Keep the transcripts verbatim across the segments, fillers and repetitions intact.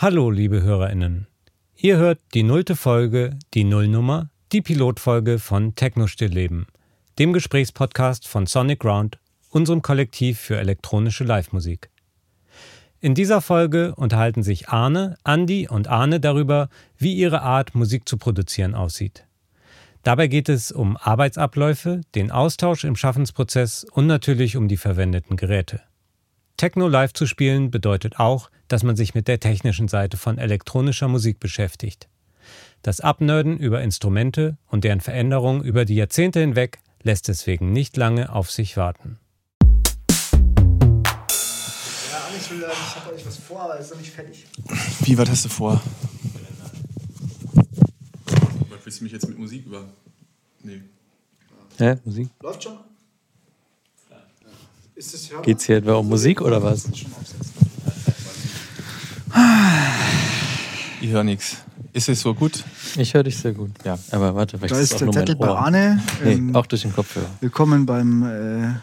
Hallo, liebe HörerInnen. Ihr hört die nullte Folge, die Nullnummer, die Pilotfolge von Techno-Stillleben, dem Gesprächspodcast von Sonic Ground, unserem Kollektiv für elektronische Livemusik. In dieser Folge unterhalten sich Arne, Andi und Arne darüber, wie ihre Art, Musik zu produzieren, aussieht. Dabei geht es um Arbeitsabläufe, den Austausch im Schaffensprozess und natürlich um die verwendeten Geräte. Techno live zu spielen bedeutet auch, dass man sich mit der technischen Seite von elektronischer Musik beschäftigt. Das Abnörden über Instrumente und deren Veränderung über die Jahrzehnte hinweg lässt deswegen nicht lange auf sich warten. Ich will, ich habe euch was vor, aber es ist noch nicht fertig. Wie, was hast du vor? Was willst du mich jetzt mit Musik über... Nee. Hä? Musik? Läuft schon? Ist das hörbar? Geht's hier etwa um Musik oder was? Ich höre nichts. Ist es so gut? Ich höre dich sehr gut. Ja. Aber warte, vielleicht Da ist der Zettel bei Arne. Nee, Ähm, auch durch den Kopfhörer. Willkommen beim... Äh,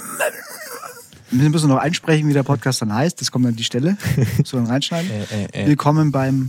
wir müssen noch einsprechen, wie der Podcast dann heißt. Das kommt an die Stelle. So dann reinschneiden. Äh, äh, äh. Willkommen beim...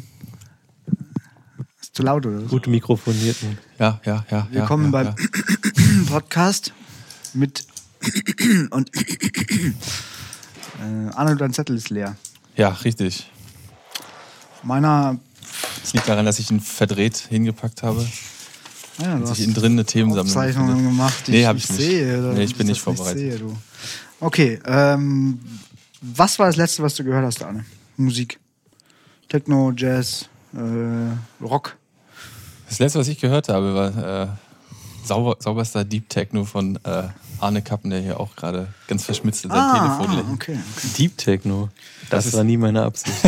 Ist zu laut, oder? Gut mikrofonierten. Ja, ja, ja. Willkommen ja, ja, beim ja. Podcast mit... und... äh, Arne, dein Zettel ist leer. Ja, richtig. Meiner... Es liegt daran, dass ich ihn verdreht hingepackt habe. Ja, du Dass hast ich innen drin eine Themensammlung Aufzeichnungen finde. gemacht. Nee, hab ich ich nicht. Sehe, Nee, ich bin dass nicht vorbereitet. Sehe, du. Okay, ähm, was war das Letzte, was du gehört hast, Arne? Musik. Techno, Jazz, äh, Rock. Das letzte, was ich gehört habe, war äh, sauber, sauberster Deep Techno von äh, Arne Kappen, der hier auch gerade ganz verschmitzt in seinem Telefon ah, lächelt. okay, okay. Deep Techno. Das, Das war ist- nie meine Absicht.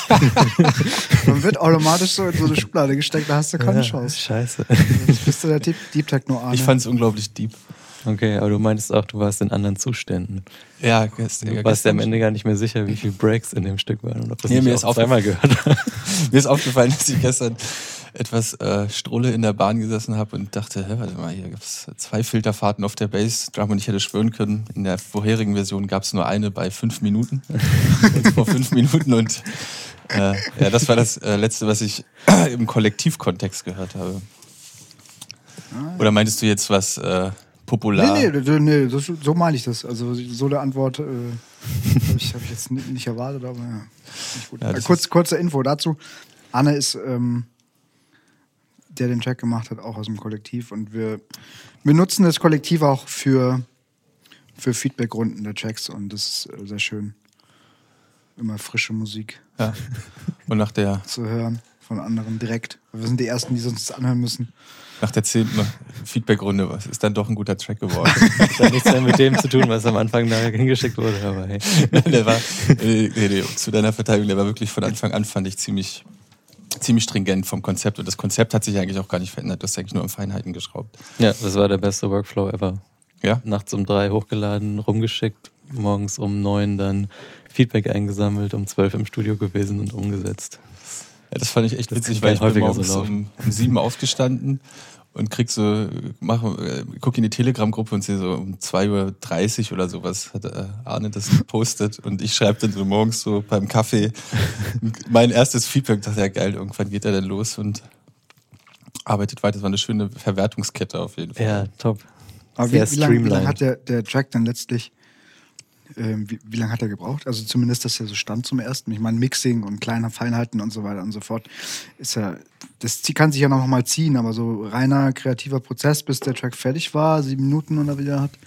Man wird automatisch so in so eine Schublade gesteckt, da hast du keine Ja, Chance. scheiße. Jetzt bist du der Deep, Deep Techno, Arne. Ich fand es unglaublich deep. Okay, aber du meintest auch, du warst in anderen Zuständen. Ja, gestern, Du warst dir am Ende gar nicht mehr sicher, wie viele Breaks in dem Stück waren. Und ob das Nee, nicht mir auch ist auf- zweimal gehört hast. Mir ist aufgefallen, dass ich gestern etwas äh, Strulle in der Bahn gesessen habe und dachte, hä, warte mal, hier gibt es zwei Filterfahrten auf der Bassdrum und ich hätte schwören können, in der vorherigen Version gab es nur eine bei fünf Minuten. Jetzt vor fünf Minuten und äh, ja, das war das äh, Letzte, was ich im Kollektivkontext gehört habe. Oder meintest du jetzt was äh, popular? Nee, nee, nee, nee so, so meine ich das. Also so eine Antwort äh, habe ich, hab ich jetzt nicht, nicht erwartet, aber ja. Nicht gut. Ja, das äh, kurz, kurze Info dazu. Anne ist, ähm, der den Track gemacht hat, auch aus dem Kollektiv. Und wir, wir nutzen das Kollektiv auch für, für Feedbackrunden der Tracks. Und das ist äh, sehr schön. Immer frische Musik Ja. Und nach der, zu hören von anderen direkt. Wir sind die Ersten, die uns das anhören müssen. nach der zehnten Feedbackrunde was ist dann doch ein guter Track geworden. Das hat nichts mehr mit dem zu tun, was am Anfang da hingeschickt wurde. Aber hey. Nein, der war, äh, nee, nee, zu deiner Verteidigung, der war wirklich von Anfang an, fand ich, ziemlich, ziemlich stringent vom Konzept. Und das Konzept hat sich eigentlich auch gar nicht verändert. Du hast eigentlich nur an Feinheiten geschraubt. Ja, das war der beste Workflow ever. Ja? Nachts um drei hochgeladen, rumgeschickt, morgens um neun dann Feedback eingesammelt, um zwölf im Studio gewesen und umgesetzt. Ja, das fand ich echt Das witzig, kann weil ich bin häufiger morgens so laufen. um, um sieben aufgestanden und krieg so, mach, äh, guck in die Telegram-Gruppe und sehe so um zwei Uhr dreißig oder sowas hat äh, Arne das gepostet und ich schreibe dann so morgens so beim Kaffee mein erstes Feedback. Ich dachte, ja geil, irgendwann geht er dann los und arbeitet weiter. Das war eine schöne Verwertungskette auf jeden Fall. Ja, top. Aber Sehr wie, wie lange wie lang streamlined. hat der, der Track dann letztlich, ähm, wie, wie lange hat er gebraucht? Also zumindest, dass er so stand zum ersten. Ich meine, Mixing und kleine Feinheiten und so weiter und so fort. Ist ja, das zie- kann sich ja noch mal ziehen, aber so reiner kreativer Prozess, bis der Track fertig war, sieben Minuten oder wie der hat.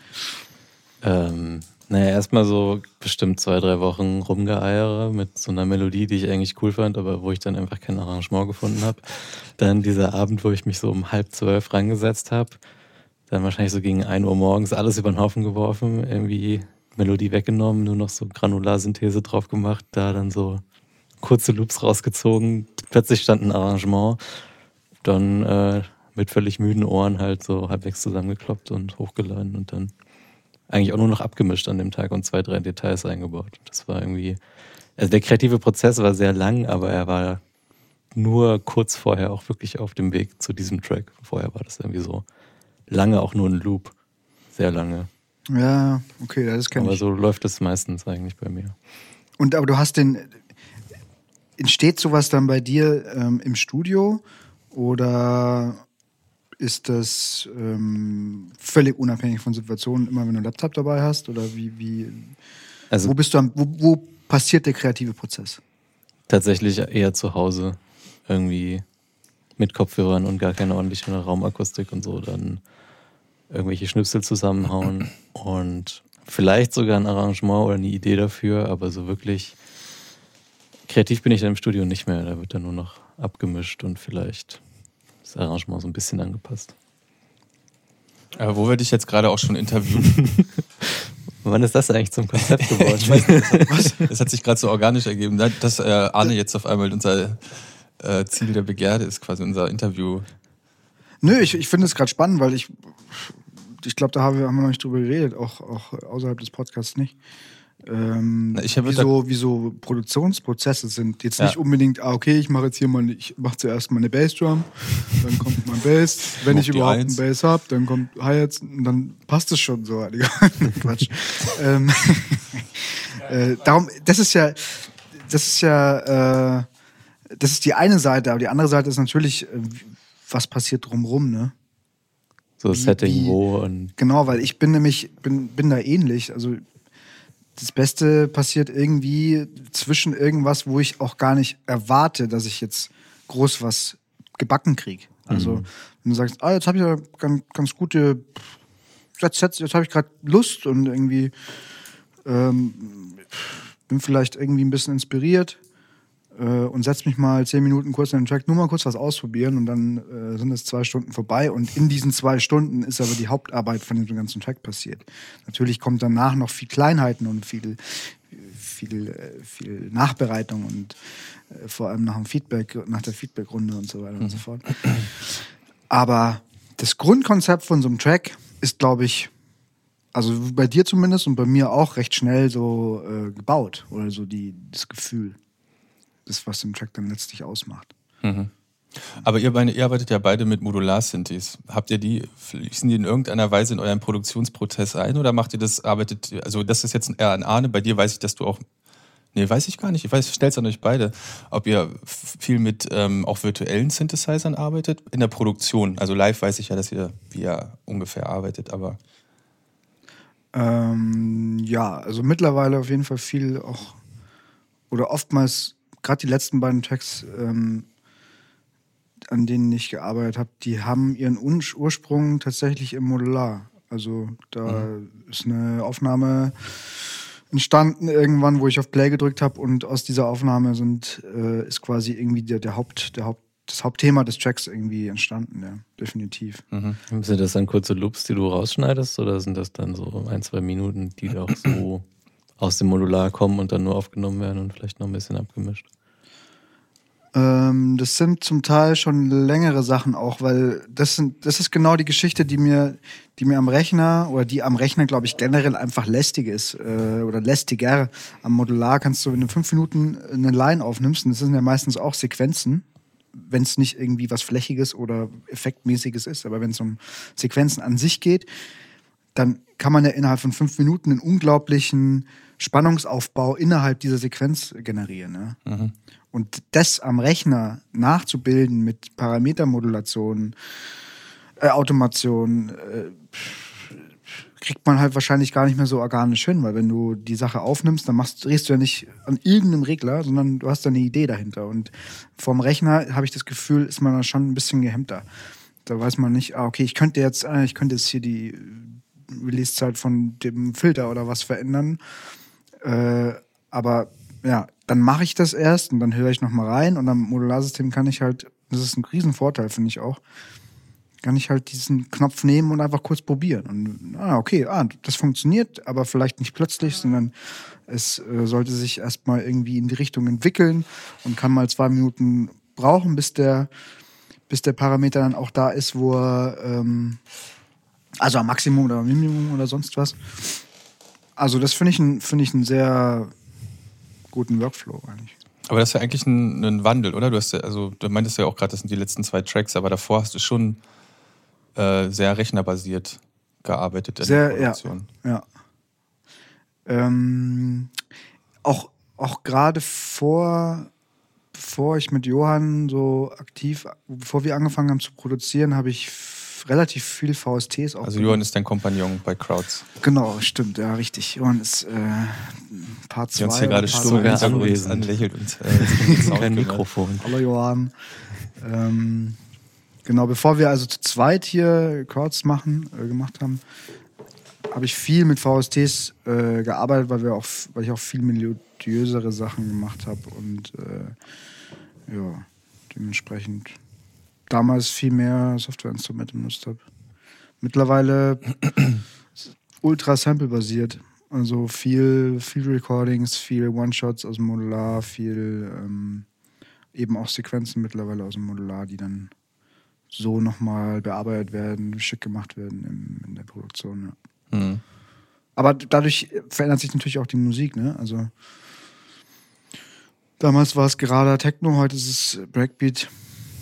Ähm, naja, erstmal so bestimmt zwei, drei Wochen rumgeeiere mit so einer Melodie, die ich eigentlich cool fand, aber wo ich dann einfach kein Arrangement gefunden habe. Dann dieser Abend, wo ich mich so um halb zwölf rangesetzt habe. Dann wahrscheinlich so gegen ein Uhr morgens alles über den Haufen geworfen, irgendwie Melodie weggenommen, nur noch so Granularsynthese drauf gemacht, da dann so kurze Loops rausgezogen, plötzlich stand ein Arrangement, dann äh, mit völlig müden Ohren halt so halbwegs zusammengekloppt und hochgeladen und dann eigentlich auch nur noch abgemischt an dem Tag und zwei, drei Details eingebaut. Das war irgendwie, also der kreative Prozess war sehr lang, aber er war nur kurz vorher auch wirklich auf dem Weg zu diesem Track. Vorher war das irgendwie so lange auch nur ein Loop. Sehr lange. Ja, okay, das kenne Aber ich. so läuft es meistens eigentlich bei mir. Und aber du hast den, entsteht sowas dann bei dir ähm, im Studio oder ist das ähm, völlig unabhängig von Situationen, immer wenn du einen Laptop dabei hast? Oder wie, wie Also wo bist du am, wo, wo passiert der kreative Prozess? tatsächlich eher zu Hause. Irgendwie mit Kopfhörern und gar keine ordentliche Raumakustik und so. Dann irgendwelche Schnipsel zusammenhauen und vielleicht sogar ein Arrangement oder eine Idee dafür, aber so wirklich kreativ bin ich dann im Studio nicht mehr. Da wird dann nur noch abgemischt und vielleicht das Arrangement so ein bisschen angepasst. Aber wo wir dich jetzt gerade auch schon interviewen. Wann ist das eigentlich zum Konzept geworden? Ich weiß nicht, was, das hat sich gerade so organisch ergeben, dass äh, Arne jetzt auf einmal unser äh, Ziel der Begierde ist, quasi unser Interview. Nö, ich, ich finde es gerade spannend, weil ich, ich glaube, da haben wir, haben wir noch nicht drüber geredet, auch, auch außerhalb des Podcasts nicht. Ähm, Na, ich hab wie, so, wie so Produktionsprozesse sind. Jetzt Ja. nicht unbedingt, ah, okay, ich mache jetzt hier mal, ich mache zuerst mal eine Bassdrum, dann kommt mein Bass. Wenn Auf ich die überhaupt Eins. einen Bass habe, dann kommt Hi-Hats und dann passt es schon so. Quatsch. ähm, äh, darum, das ist ja, das ist ja, äh, das ist die eine Seite, aber die andere Seite ist natürlich, äh, was passiert drumrum, ne? So Wie- Setting wie- wo und Genau, weil ich bin nämlich, bin, bin da ähnlich. Also das Beste passiert irgendwie zwischen irgendwas, wo ich auch gar nicht erwarte, dass ich jetzt groß was gebacken kriege. Also Mhm. wenn du sagst, ah, jetzt habe ich ja ganz, ganz gute, jetzt, jetzt, jetzt habe ich gerade Lust und irgendwie ähm, bin vielleicht irgendwie ein bisschen inspiriert äh, und setz mich mal zehn Minuten kurz in den Track, nur mal kurz was ausprobieren und dann äh, sind es zwei Stunden vorbei und in diesen zwei Stunden ist aber die Hauptarbeit von dem ganzen Track passiert. Natürlich kommt danach noch viel Kleinheiten und viel, viel, äh, viel Nachbereitung und äh, vor allem nach dem Feedback, nach der Feedbackrunde und so weiter Mhm. und so fort. Aber das Grundkonzept von so einem Track ist, glaube ich, also bei dir zumindest und bei mir auch recht schnell so äh, gebaut oder so die, das Gefühl, das, was den Track dann letztlich ausmacht. Mhm. Aber ihr, beide, ihr arbeitet ja beide mit Modular-Synthes. Habt ihr die, fließen die in irgendeiner Weise in euren Produktionsprozess ein oder macht ihr das, arbeitet, also das ist jetzt eher an Arne, bei dir weiß ich, dass du auch, nee, weiß ich gar nicht, ich weiß, ich stell's an euch beide, ob ihr f- viel mit ähm, auch virtuellen Synthesizern arbeitet, in der Produktion. Also live weiß ich ja, dass ihr, wie ihr ungefähr arbeitet, aber Ähm, ja, also mittlerweile auf jeden Fall viel auch, oder oftmals, gerade die letzten beiden Tracks, ähm, an denen ich gearbeitet habe, die haben ihren Un- Ursprung tatsächlich im Modular. Also da ist eine Aufnahme entstanden irgendwann, wo ich auf Play gedrückt habe und aus dieser Aufnahme sind, äh, ist quasi irgendwie der, der Haupt, der Haupt, das Hauptthema des Tracks irgendwie entstanden, ja, definitiv. mhm. sind das dann kurze Loops, die du rausschneidest oder sind das dann so ein, zwei Minuten, die auch so aus dem Modular kommen und dann nur aufgenommen werden und vielleicht noch ein bisschen abgemischt? Ähm, das sind zum Teil schon längere Sachen auch, weil das sind, das ist genau die Geschichte, die mir, die mir am Rechner oder die am Rechner, glaube ich, generell einfach lästig ist äh, oder lästiger. Am Modular kannst du, wenn du fünf Minuten eine Line aufnimmst, und das sind ja meistens auch Sequenzen, wenn es nicht irgendwie was Flächiges oder Effektmäßiges ist, aber wenn es um Sequenzen an sich geht, dann kann man ja innerhalb von fünf Minuten einen unglaublichen Spannungsaufbau innerhalb dieser Sequenz generieren. Ne? Mhm. Und das am Rechner nachzubilden mit Parametermodulation, äh, Automation, äh, kriegt man halt wahrscheinlich gar nicht mehr so organisch hin, weil wenn du die Sache aufnimmst, dann machst, drehst du ja nicht an irgendeinem Regler, sondern du hast da eine Idee dahinter. Und vom Rechner habe ich das Gefühl, ist man da schon ein bisschen gehemmter. Da weiß man nicht, ah, okay, ich könnte jetzt, äh, ich könnte jetzt hier die Release-Zeit von dem Filter oder was verändern. Äh, aber ja, dann mache ich das erst und dann höre ich nochmal rein und am Modularsystem kann ich halt, das ist ein Riesenvorteil, finde ich auch, kann ich halt diesen Knopf nehmen und einfach kurz probieren. Und ah, okay, ah, das funktioniert, aber vielleicht nicht plötzlich, sondern es äh, sollte sich erstmal irgendwie in die Richtung entwickeln und kann mal zwei Minuten brauchen, bis der, bis der Parameter dann auch da ist, wo er, ähm, also am Maximum oder am Minimum oder sonst was. Also das finde ich, ein, finde ich einen sehr guten Workflow eigentlich. Aber das ist ja eigentlich ein, ein Wandel, oder? Du hast ja, also du meintest ja auch gerade, das sind die letzten zwei Tracks, aber davor hast du schon äh, sehr rechnerbasiert gearbeitet in Sehr, der Produktion. Ja. ja. Ähm, auch auch gerade vor, bevor ich mit Johann so aktiv, bevor wir angefangen haben zu produzieren, habe ich f- relativ viel V S Ts auch. Also Johann ist dein Kompagnon bei Crowds. Genau, stimmt, ja, richtig. Johann ist äh, Part zwei. Der uns hier gerade Part stumm drei. anwesend anlächelt und äh, Kein Mikrofon. Hallo Johann. Ähm, genau, bevor wir also zu zweit hier Chords machen, äh, gemacht haben, habe ich viel mit V S Ts äh, gearbeitet, weil wir auch, weil ich auch viel melodiösere Sachen gemacht habe und äh, ja, dementsprechend damals viel mehr Softwareinstrumente benutzt habe. Mittlerweile ultra sample-basiert. Also viel, viel Recordings, viel One-Shots aus dem Modular, viel ähm, eben auch Sequenzen mittlerweile aus dem Modular, die dann so nochmal bearbeitet werden, schick gemacht werden im, in der Produktion. Ja. Mhm. Aber dadurch verändert sich natürlich auch die Musik, ne? Also damals war es gerader Techno, heute ist es Breakbeat.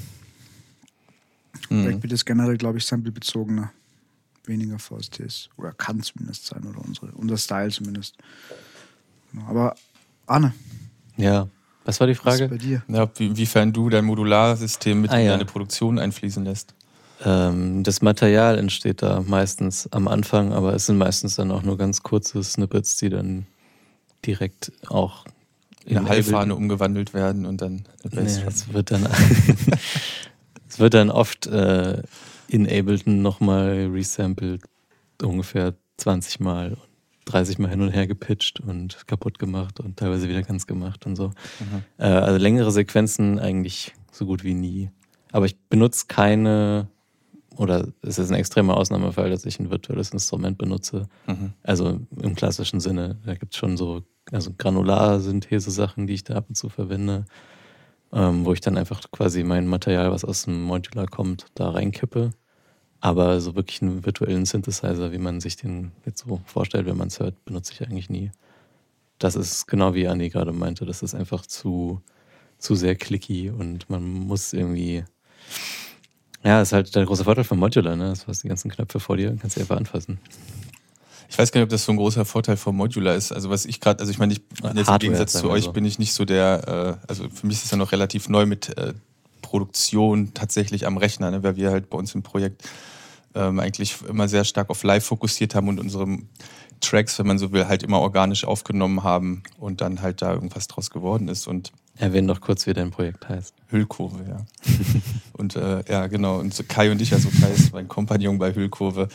Mhm. Breakbeat ist generell, glaube ich, samplebezogener. Weniger V S Ts. Oder kann zumindest sein, oder unsere, unser Style zumindest. Genau. Aber Arne, Ja, was war die was ist Frage? bei dir? Ja, wie- inwiefern du dein Modularsystem mit Ah, in ja. deine Produktion einfließen lässt. Ähm, das Material entsteht da meistens am Anfang, aber es sind meistens dann auch nur ganz kurze Snippets, die dann direkt auch In eine in Hallfahne umgewandelt werden und dann eine Nee, Bassdrum. es wird dann es wird dann oft äh, in Ableton nochmal resampled, ungefähr zwanzig Mal und dreißig Mal hin und her gepitcht und kaputt gemacht und teilweise wieder ganz gemacht und so. Mhm. Äh, also längere Sequenzen eigentlich so gut wie nie. Aber ich benutze keine, oder es ist ein extremer Ausnahmefall, dass ich ein virtuelles Instrument benutze. Mhm. Also im klassischen Sinne. Da gibt es schon so also Granular-Synthese-Sachen, die ich da ab und zu verwende, ähm, wo ich dann einfach quasi mein Material, was aus dem Modular kommt, da reinkippe. Aber so wirklich einen virtuellen Synthesizer, wie man sich den jetzt so vorstellt, wenn man es hört, benutze ich eigentlich nie. Das ist genau wie Andi gerade meinte, das ist einfach zu, zu sehr clicky und man muss irgendwie. Ja, ist halt der große Vorteil von Modular, ne? Du hast die ganzen Knöpfe vor dir und kannst sie einfach anfassen. Ich weiß gar nicht, ob das so ein großer Vorteil vom Modular ist. Also was ich gerade, also ich meine, ich bin jetzt im Hardware, Gegensatz sagen zu wir euch so. bin ich nicht so der, äh, also für mich ist es ja noch relativ neu mit äh, Produktion tatsächlich am Rechner, ne? Weil wir halt bei uns im Projekt ähm, eigentlich immer sehr stark auf Live fokussiert haben und unsere Tracks, wenn man so will, halt immer organisch aufgenommen haben und dann halt da irgendwas draus geworden ist und Erwähne doch kurz, wie dein Projekt heißt. Hüllkurve, ja. Und äh, ja, genau. Und so Kai und ich, also Kai ist mein Kompagnon bei Hüllkurve,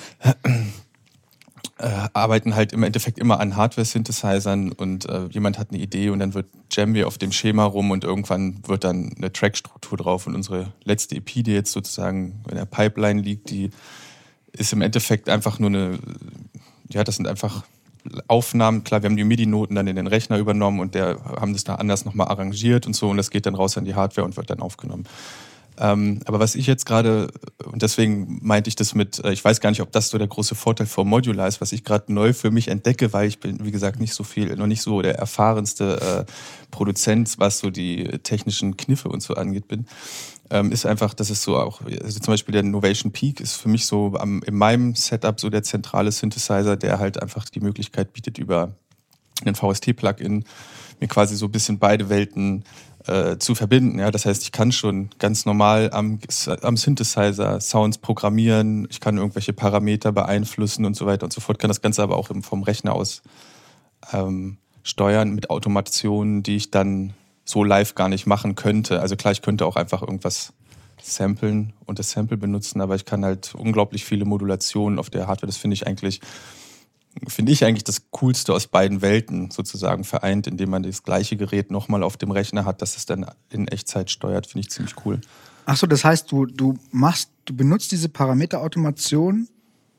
äh, arbeiten halt im Endeffekt immer an Hardware-Synthesizern und äh, jemand hat eine Idee und dann wird jammen wir auf dem Schema rum und irgendwann wird dann eine Trackstruktur drauf und unsere letzte E P, die jetzt sozusagen in der Pipeline liegt, die ist im Endeffekt einfach nur eine, ja, das sind einfach Aufnahmen, klar, wir haben die MIDI-Noten dann in den Rechner übernommen und der haben das da anders nochmal arrangiert und so und das geht dann raus an die Hardware und wird dann aufgenommen. Ähm, aber was ich jetzt gerade, und deswegen meinte ich das mit, äh, ich weiß gar nicht, ob das so der große Vorteil vom Modular ist, was ich gerade neu für mich entdecke, weil ich bin, wie gesagt, nicht so viel, noch nicht so der erfahrenste äh, Produzent, was so die technischen Kniffe und so angeht bin, ähm, ist einfach, dass es so auch, also zum Beispiel der Novation Peak ist für mich so am, in meinem Setup so der zentrale Synthesizer, der halt einfach die Möglichkeit bietet, über einen V S T-Plugin mir quasi so ein bisschen beide Welten äh, zu verbinden. Ja? Das heißt, ich kann schon ganz normal am, am Synthesizer Sounds programmieren, ich kann irgendwelche Parameter beeinflussen und so weiter und so fort, kann das Ganze aber auch vom Rechner aus ähm, steuern mit Automationen, die ich dann so live gar nicht machen könnte. Also klar, ich könnte auch einfach irgendwas samplen und das Sample benutzen, aber ich kann halt unglaublich viele Modulationen auf der Hardware. Das finde ich eigentlich finde ich eigentlich das Coolste aus beiden Welten sozusagen vereint, indem man das gleiche Gerät nochmal auf dem Rechner hat, dass es dann in Echtzeit steuert, finde ich ziemlich cool. Achso, das heißt, du, du machst, du benutzt diese Parameterautomation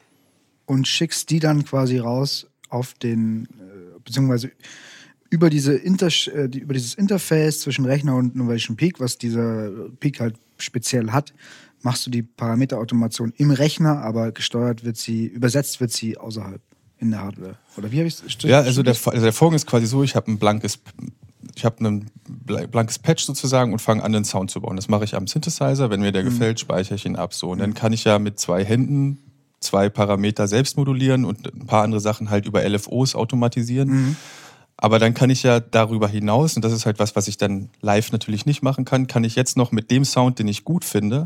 und schickst die dann quasi raus auf den, äh, beziehungsweise über diese Inter, äh, die, über dieses Interface zwischen Rechner und Novation Peak, was dieser Peak halt speziell hat, machst du die Parameterautomation im Rechner, aber gesteuert wird sie, übersetzt wird sie außerhalb in der Hardware. Oder wie habe ich es? Ja, also der, also der Vorgang ist quasi so, ich habe ein blankes, ich habe ein blankes Patch sozusagen und fange an, den Sound zu bauen. Das mache ich am Synthesizer. Wenn mir der mhm. gefällt, speichere ich ihn ab. So. Und dann kann ich ja mit zwei Händen zwei Parameter selbst modulieren und ein paar andere Sachen halt über L F Os automatisieren. Mhm. Aber dann kann ich ja darüber hinaus, und das ist halt was, was ich dann live natürlich nicht machen kann, kann ich jetzt noch mit dem Sound, den ich gut finde,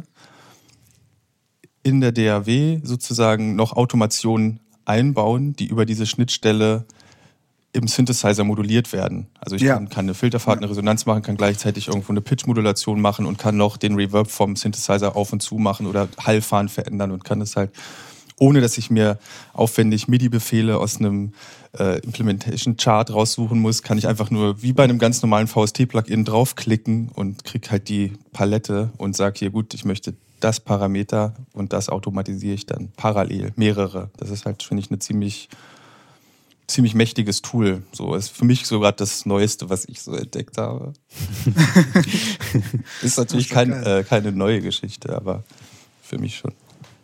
in der D A W sozusagen noch Automationen einbauen, die über diese Schnittstelle im Synthesizer moduliert werden. Also ich Ja. kann, kann eine Filterfahrt, eine Resonanz machen, kann gleichzeitig irgendwo eine Pitch-Modulation machen und kann noch den Reverb vom Synthesizer auf und zu machen oder Hallfahren verändern und kann es halt, ohne dass ich mir aufwendig MIDI-Befehle aus einem äh, Implementation-Chart raussuchen muss, kann ich einfach nur wie bei einem ganz normalen V S T-Plugin draufklicken und kriege halt die Palette und sage hier, gut, ich möchte das Parameter und das automatisiere ich dann parallel, mehrere. Das ist halt, finde ich, eine ziemlich, ziemlich mächtiges Tool. So ist für mich sogar das Neueste, was ich so entdeckt habe. Ist natürlich Das ist kein, geil. äh, keine neue Geschichte, aber für mich schon.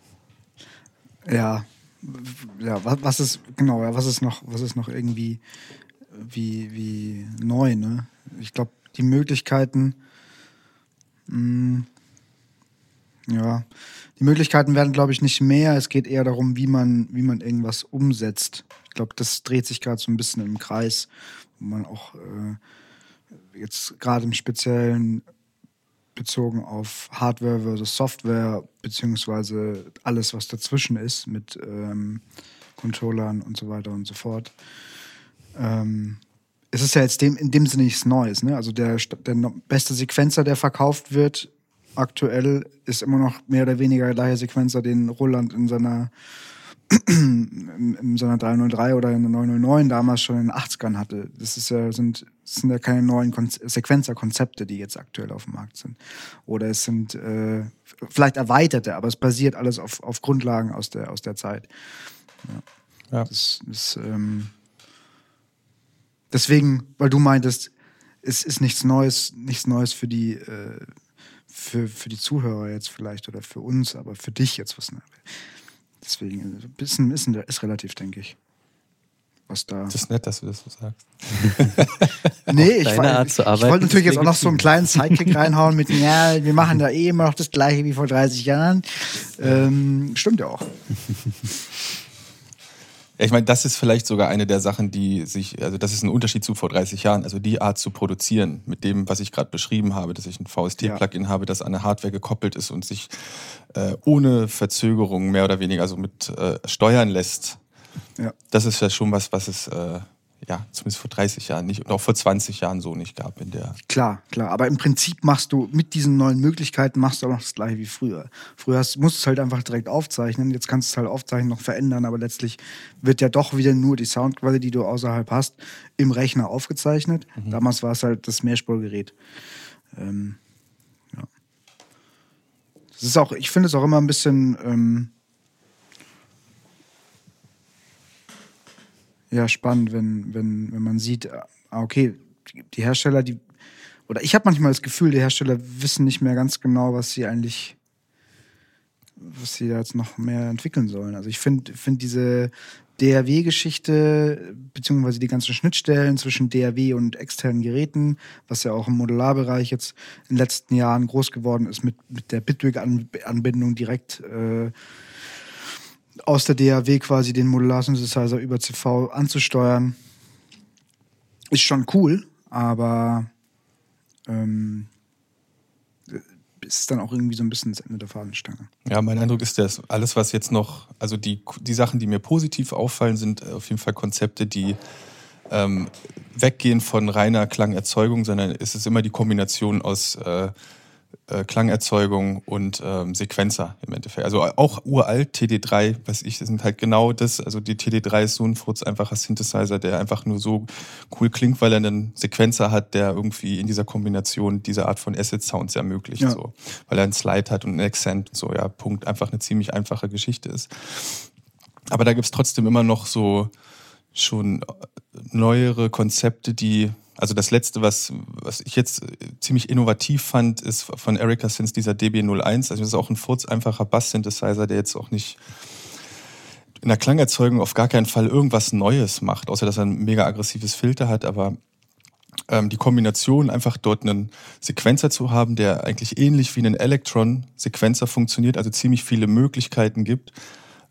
Ja, ja, was, was ist, genau, ja, was ist noch, was ist noch irgendwie wie, wie neu, ne? Ich glaube, die Möglichkeiten, mh, ja, die Möglichkeiten werden, glaube ich, nicht mehr. Es geht eher darum, wie man, wie man irgendwas umsetzt. Ich glaube, das dreht sich gerade so ein bisschen im Kreis, wo man auch äh, jetzt gerade im Speziellen bezogen auf Hardware versus Software, beziehungsweise alles, was dazwischen ist mit ähm, Controllern und so weiter und so fort. Ähm, es ist ja jetzt dem, in dem Sinne nichts Neues. Ne? Also der, der beste Sequenzer, der verkauft wird, aktuell ist immer noch mehr oder weniger der gleiche Sequenzer, den Roland in seiner in, in seiner drei null drei oder in der neun null neun damals schon in den achtzigern hatte. Das ist ja, sind, das sind ja keine neuen Kon- Sequenzer-Konzepte, die jetzt aktuell auf dem Markt sind. Oder es sind äh, vielleicht erweiterte, aber es basiert alles auf, auf Grundlagen aus der, aus der Zeit. Ja. Ja. Das ist ähm, deswegen, weil du meintest, es ist nichts Neues, nichts Neues für die äh, für, für die Zuhörer jetzt vielleicht oder für uns, aber für dich jetzt was. Ne? Deswegen ein bisschen ist, ist relativ, denke ich. Was da. Das ist nett, dass du das so sagst. Nee, ich, deine war- Art ich, zu ich arbeiten wollte natürlich ist jetzt auch noch so einen kleinen Sidekick reinhauen mit, ja, wir machen da eh immer noch das Gleiche wie vor dreißig Jahren. Ähm, stimmt ja auch. Ja, ich meine, das ist vielleicht sogar eine der Sachen, die sich, also das ist ein Unterschied zu vor dreißig Jahren, also die Art zu produzieren, mit dem, was ich gerade beschrieben habe, dass ich ein V S T-Plugin habe, das an eine Hardware gekoppelt ist und sich äh, ohne Verzögerung mehr oder weniger also mit äh, steuern lässt. Ja. Das ist ja schon was, was es äh, ja zumindest vor dreißig Jahren nicht und auch vor zwanzig Jahren so nicht gab in der. Klar, klar. Aber im Prinzip machst du mit diesen neuen Möglichkeiten machst du auch noch das Gleiche wie früher. Früher hast, musst du es halt einfach direkt aufzeichnen. Jetzt kannst du es halt aufzeichnen, noch verändern. Aber letztlich wird ja doch wieder nur die Soundqualität, die du außerhalb hast, im Rechner aufgezeichnet. Mhm. Damals war es halt das Mehrspurgerät. Ähm, ja. Das ist auch, ich finde es auch immer ein bisschen ähm, ja, spannend, wenn, wenn, wenn man sieht, ah, okay, die, die Hersteller, die, oder ich habe manchmal das Gefühl, die Hersteller wissen nicht mehr ganz genau, was sie eigentlich, was sie da jetzt noch mehr entwickeln sollen. Also ich finde find diese D A W-Geschichte, beziehungsweise die ganzen Schnittstellen zwischen D A W und externen Geräten, was ja auch im Modularbereich jetzt in den letzten Jahren groß geworden ist, mit, mit der Bitwig-Anbindung direkt äh, aus der D A W quasi den Modular-Synthesizer über C V anzusteuern, ist schon cool, aber ähm, ist dann auch irgendwie so ein bisschen das Ende der Fahnenstange. Ja, mein Eindruck ist, dass alles, was jetzt noch, also die, die Sachen, die mir positiv auffallen, sind auf jeden Fall Konzepte, die ähm, weggehen von reiner Klangerzeugung, sondern es ist immer die Kombination aus äh, äh, Klangerzeugung und ähm, Sequenzer im Endeffekt. Also auch uralt T D drei, weiß ich, das sind halt genau das. Also die T D drei ist so ein furz einfacher Synthesizer, der einfach nur so cool klingt, weil er einen Sequenzer hat, der irgendwie in dieser Kombination diese Art von Acid-Sounds ermöglicht. Ja. So. Weil er einen Slide hat und einen Accent und so, ja, Punkt, einfach eine ziemlich einfache Geschichte ist. Aber da gibt's trotzdem immer noch so schon neuere Konzepte, die, also das letzte, was, was ich jetzt ziemlich innovativ fand, ist von Erica Synths dieser D B null eins. Also das ist auch ein furz einfacher Bass-Synthesizer, der jetzt auch nicht in der Klangerzeugung auf gar keinen Fall irgendwas Neues macht, außer dass er ein mega aggressives Filter hat, aber ähm, die Kombination, einfach dort einen Sequenzer zu haben, der eigentlich ähnlich wie ein Elektron-Sequenzer funktioniert, also ziemlich viele Möglichkeiten gibt,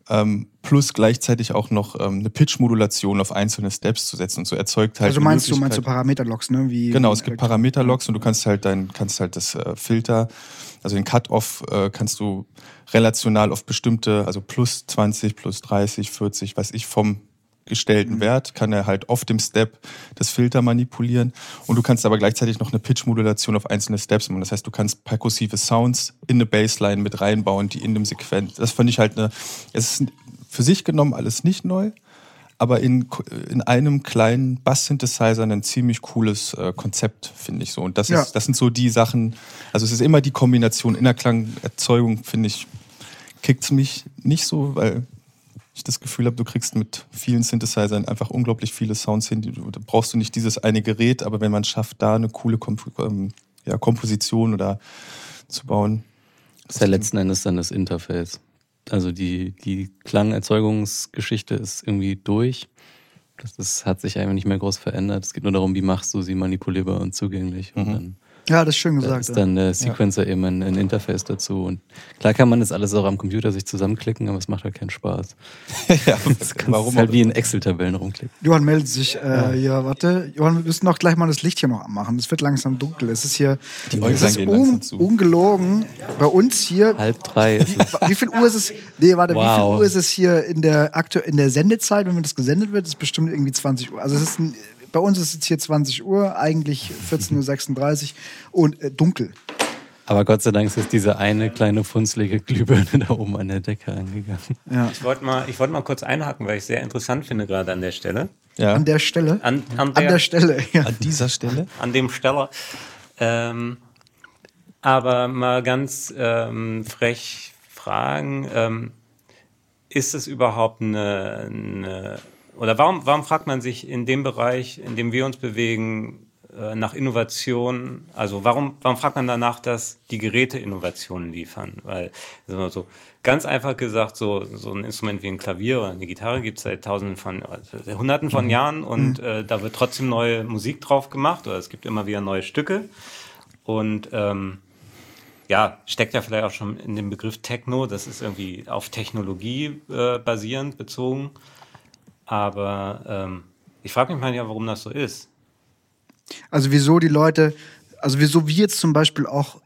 ähm, plus gleichzeitig auch noch ähm, eine Pitch-Modulation auf einzelne Steps zu setzen und so erzeugt halt. Also meinst du, meinst du Parameter-Logs, ne? Wie genau, es gibt Parameter-Logs und du kannst halt dein, kannst halt das äh, Filter, also den Cut-Off äh, kannst du relational auf bestimmte, also plus zwanzig, plus dreißig, vierzig, weiß ich, vom gestellten mhm. Wert, kann er halt auf dem Step das Filter manipulieren und du kannst aber gleichzeitig noch eine Pitch-Modulation auf einzelne Steps machen. Das heißt, du kannst perkussive Sounds in eine Bassline mit reinbauen, die in dem Sequenz. Das fand ich halt eine, es ist für sich genommen alles nicht neu, aber in, in einem kleinen Bass-Synthesizer ein ziemlich cooles äh, Konzept, finde ich so. Und das, ja. ist, das sind so die Sachen, also es ist immer die Kombination Innerklangerzeugung, finde ich, kickt es mich nicht so, weil ich das Gefühl habe, du kriegst mit vielen Synthesizern einfach unglaublich viele Sounds hin. Da brauchst du nicht dieses eine Gerät, aber wenn man es schafft, da eine coole Komp- ähm, ja, Komposition oder zu bauen. Das ist ja letzten Endes dann das Interface. Also die, die Klangerzeugungsgeschichte ist irgendwie durch. Das, das hat sich einfach nicht mehr groß verändert. Es geht nur darum, wie machst du sie manipulierbar und zugänglich. Und mhm. dann ja, das ist schön gesagt. Da ist dann der Sequencer ja. eben ein, ein Interface dazu. Und klar kann man das alles auch am Computer sich zusammenklicken, aber es macht halt keinen Spaß. ja, das warum halt wie in Excel-Tabellen rumklicken. Johann meldet sich. Äh, ja. ja, warte. Johann, wir müssen doch gleich mal das Licht hier noch anmachen. Es wird langsam dunkel. Es ist hier Die es ist un, ungelogen. Bei uns hier. Halb drei. Wie, wie viel Uhr ist es? Nee, warte, wow. Wie viel Uhr ist es hier in der, aktu- in der Sendezeit, wenn das gesendet wird? Ist bestimmt irgendwie zwanzig Uhr. Also es ist ein Bei uns ist es hier zwanzig Uhr, eigentlich vierzehn Uhr sechsunddreißig und äh, dunkel. Aber Gott sei Dank ist jetzt diese eine kleine funzlige Glühbirne da oben an der Decke angegangen. Ja. Ich wollte mal, ich wollt mal kurz einhaken, weil ich es sehr interessant finde gerade an der Stelle. Ja. An der Stelle? An, an, an der, der Stelle, ja. An dieser Stelle? An dem Stelle. Ähm, aber mal ganz ähm, frech fragen, ähm, ist es überhaupt eine... eine Oder warum, warum fragt man sich in dem Bereich, in dem wir uns bewegen, äh, nach Innovation? Also warum, warum fragt man danach, dass die Geräte Innovationen liefern? Weil, so ganz einfach gesagt, so, so ein Instrument wie ein Klavier oder eine Gitarre gibt es seit Tausenden von, also Hunderten von mhm. Jahren und mhm. äh, da wird trotzdem neue Musik drauf gemacht oder es gibt immer wieder neue Stücke. Und ähm, ja, steckt ja vielleicht auch schon in dem Begriff Techno, das ist irgendwie auf Technologie äh, basierend bezogen. Aber ähm, ich frage mich manchmal, warum das so ist. Also wieso die Leute, also wieso wir jetzt zum Beispiel auch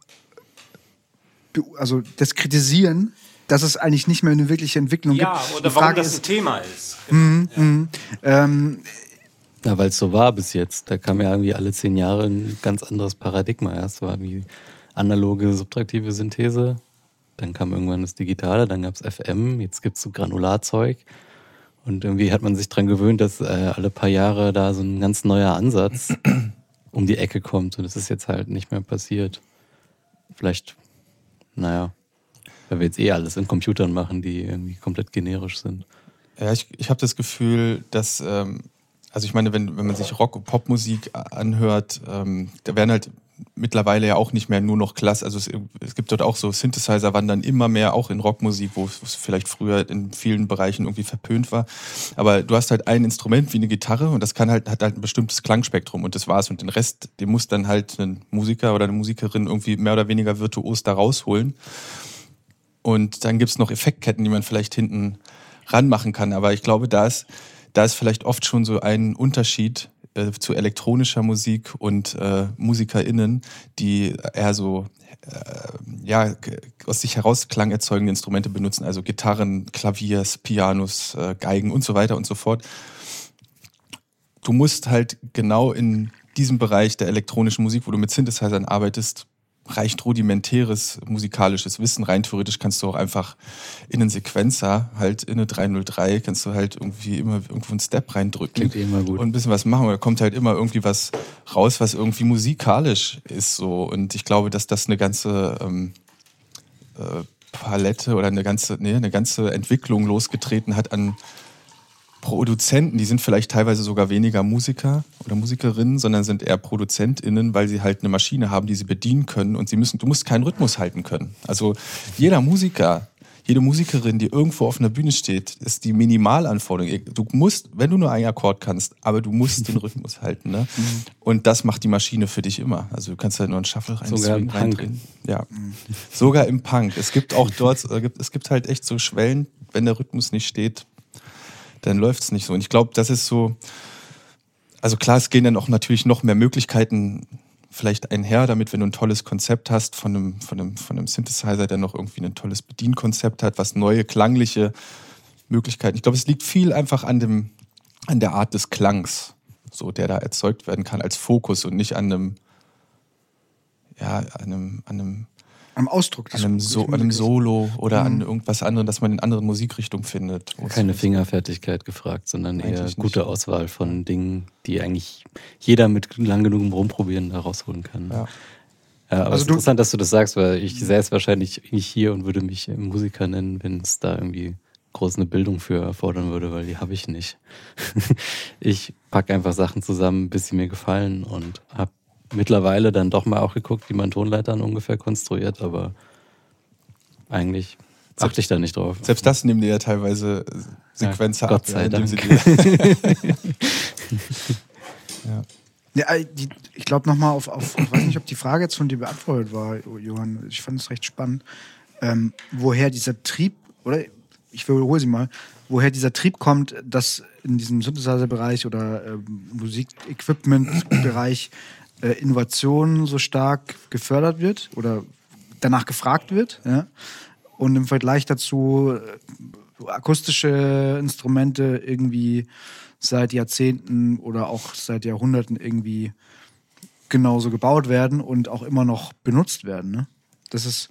also das kritisieren, dass es eigentlich nicht mehr eine wirkliche Entwicklung ja, gibt. Ja, oder warum das ist, ein Thema ist. Genau. Ja, mm, ähm, ja weil es so war bis jetzt. Da kam ja irgendwie alle zehn Jahre ein ganz anderes Paradigma. Erst war wie analoge, subtraktive Synthese. Dann kam irgendwann das Digitale, dann gab es F M, jetzt gibt es so Granularzeug. Und irgendwie hat man sich dran gewöhnt, dass äh, alle paar Jahre da so ein ganz neuer Ansatz um die Ecke kommt. Und das ist jetzt halt nicht mehr passiert. Vielleicht, naja, weil wir jetzt eh alles in Computern machen, die irgendwie komplett generisch sind. Ja, ich, ich habe das Gefühl, dass, ähm, also ich meine, wenn, wenn man sich Rock- und Popmusik anhört, ähm, da werden halt mittlerweile ja auch nicht mehr nur noch Klass, also es, es gibt dort auch so Synthesizer wandern immer mehr auch in Rockmusik, wo es vielleicht früher in vielen Bereichen irgendwie verpönt war, aber du hast halt ein Instrument wie eine Gitarre und das kann halt, hat halt ein bestimmtes Klangspektrum und das war's und den Rest, den muss dann halt ein Musiker oder eine Musikerin irgendwie mehr oder weniger virtuos da rausholen und dann gibt's noch Effektketten, die man vielleicht hinten ranmachen kann, aber ich glaube, da ist, da ist vielleicht oft schon so ein Unterschied zu elektronischer Musik und äh, MusikerInnen, die eher so äh, ja, aus sich heraus klangerzeugende Instrumente benutzen, also Gitarren, Klaviers, Pianos, äh, Geigen und so weiter und so fort. Du musst halt genau in diesem Bereich der elektronischen Musik, wo du mit Synthesizern arbeitest, reicht rudimentäres musikalisches Wissen. Rein theoretisch kannst du auch einfach in einen Sequencer, halt in eine drei null drei, kannst du halt irgendwie immer irgendwo einen Step reindrücken. Klingt immer gut. Und ein bisschen was machen. Und da kommt halt immer irgendwie was raus, was irgendwie musikalisch ist. So. Und ich glaube, dass das eine ganze ähm, äh, Palette oder eine ganze, nee, eine ganze Entwicklung losgetreten hat an Produzenten, die sind vielleicht teilweise sogar weniger Musiker oder Musikerinnen, sondern sind eher ProduzentInnen, weil sie halt eine Maschine haben, die sie bedienen können und sie müssen, du musst keinen Rhythmus halten können. Also jeder Musiker, jede Musikerin, die irgendwo auf einer Bühne steht, ist die Minimalanforderung. Du musst, wenn du nur einen Akkord kannst, aber du musst den Rhythmus halten. Ne? Mhm. Und das macht die Maschine für dich immer. Also du kannst halt nur einen Shuffle rein, sogar im Punk. Reindrehen. Ja, mhm. Sogar im Punk. Es gibt auch dort, es gibt halt echt so Schwellen, wenn der Rhythmus nicht steht, dann läuft es nicht so. Und ich glaube, das ist so, also klar, es gehen dann auch natürlich noch mehr Möglichkeiten vielleicht einher, damit, wenn du ein tolles Konzept hast von einem, von einem, von einem Synthesizer, der noch irgendwie ein tolles Bedienkonzept hat, was neue klangliche Möglichkeiten. Ich glaube, es liegt viel einfach an dem, an der Art des Klangs, so, der da erzeugt werden kann als Fokus und nicht an einem, ja, an einem, an einem Am Ausdruck des an einem, so, an einem Solo oder mhm. an irgendwas anderem, dass man in anderen Musikrichtungen findet. Keine Fingerfertigkeit gefragt, sondern eigentlich eher gute nicht. Auswahl von Dingen, die eigentlich jeder mit lang genug Rumprobieren da rausholen kann. Ja. Ja, aber also es ist interessant, dass du das sagst, weil ich sähe es wahrscheinlich nicht hier und würde mich Musiker nennen, wenn es da irgendwie groß eine Bildung für erfordern würde, weil die habe ich nicht. Ich packe einfach Sachen zusammen, bis sie mir gefallen und habe mittlerweile dann doch mal auch geguckt, wie man Tonleitern ungefähr konstruiert, aber eigentlich achte ich da nicht drauf. Selbst das nehmen die ja teilweise Sequenzer ja, Gott sei ab. Dank. Sie ja. Ja, die, ich glaube nochmal auf, auf, ich weiß nicht, ob die Frage jetzt von dir beantwortet war, Johann. Ich fand es recht spannend, ähm, woher dieser Trieb, oder ich wiederhole sie mal, woher dieser Trieb kommt, dass in diesem Synthesizer-Bereich oder ähm, Musik-Equipment-Bereich Innovation so stark gefördert wird oder danach gefragt wird. Ja? Und im Vergleich dazu akustische Instrumente irgendwie seit Jahrzehnten oder auch seit Jahrhunderten irgendwie genauso gebaut werden und auch immer noch benutzt werden. Ne? Das ist...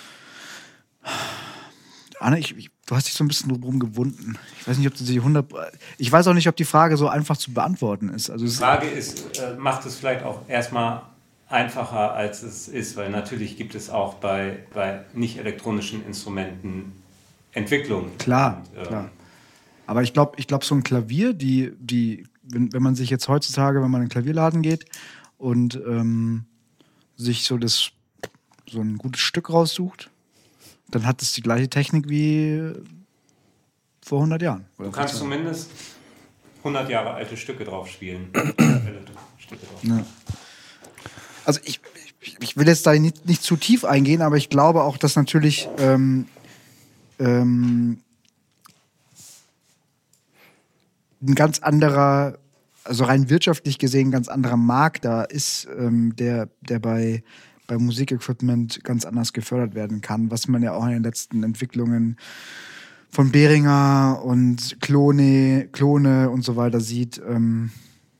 Anne, ich, ich, du hast dich so ein bisschen drum gewunden. Ich weiß nicht, ob du sie hundert. Ich weiß auch nicht, ob die Frage so einfach zu beantworten ist. Also die Frage ist, äh, macht es vielleicht auch erstmal einfacher, als es ist, weil natürlich gibt es auch bei, bei nicht elektronischen Instrumenten Entwicklungen. Klar, und, äh, klar. Aber ich glaube, ich glaub, so ein Klavier, die, die, wenn, wenn man sich jetzt heutzutage, wenn man in den Klavierladen geht und ähm, sich so das so ein gutes Stück raussucht, dann hat es die gleiche Technik wie vor hundert Jahren. Oder du kannst zumindest hundert Jahre alte Stücke drauf spielen. Stücke drauf. Ja. Also ich, ich, ich will jetzt da nicht, nicht zu tief eingehen, aber ich glaube auch, dass natürlich ähm, ähm, ein ganz anderer, also rein wirtschaftlich gesehen, ein ganz anderer Markt da ist, ähm, der, der bei bei Musikequipment ganz anders gefördert werden kann, was man ja auch in den letzten Entwicklungen von Behringer und Klone, Klone und so weiter sieht. Ähm,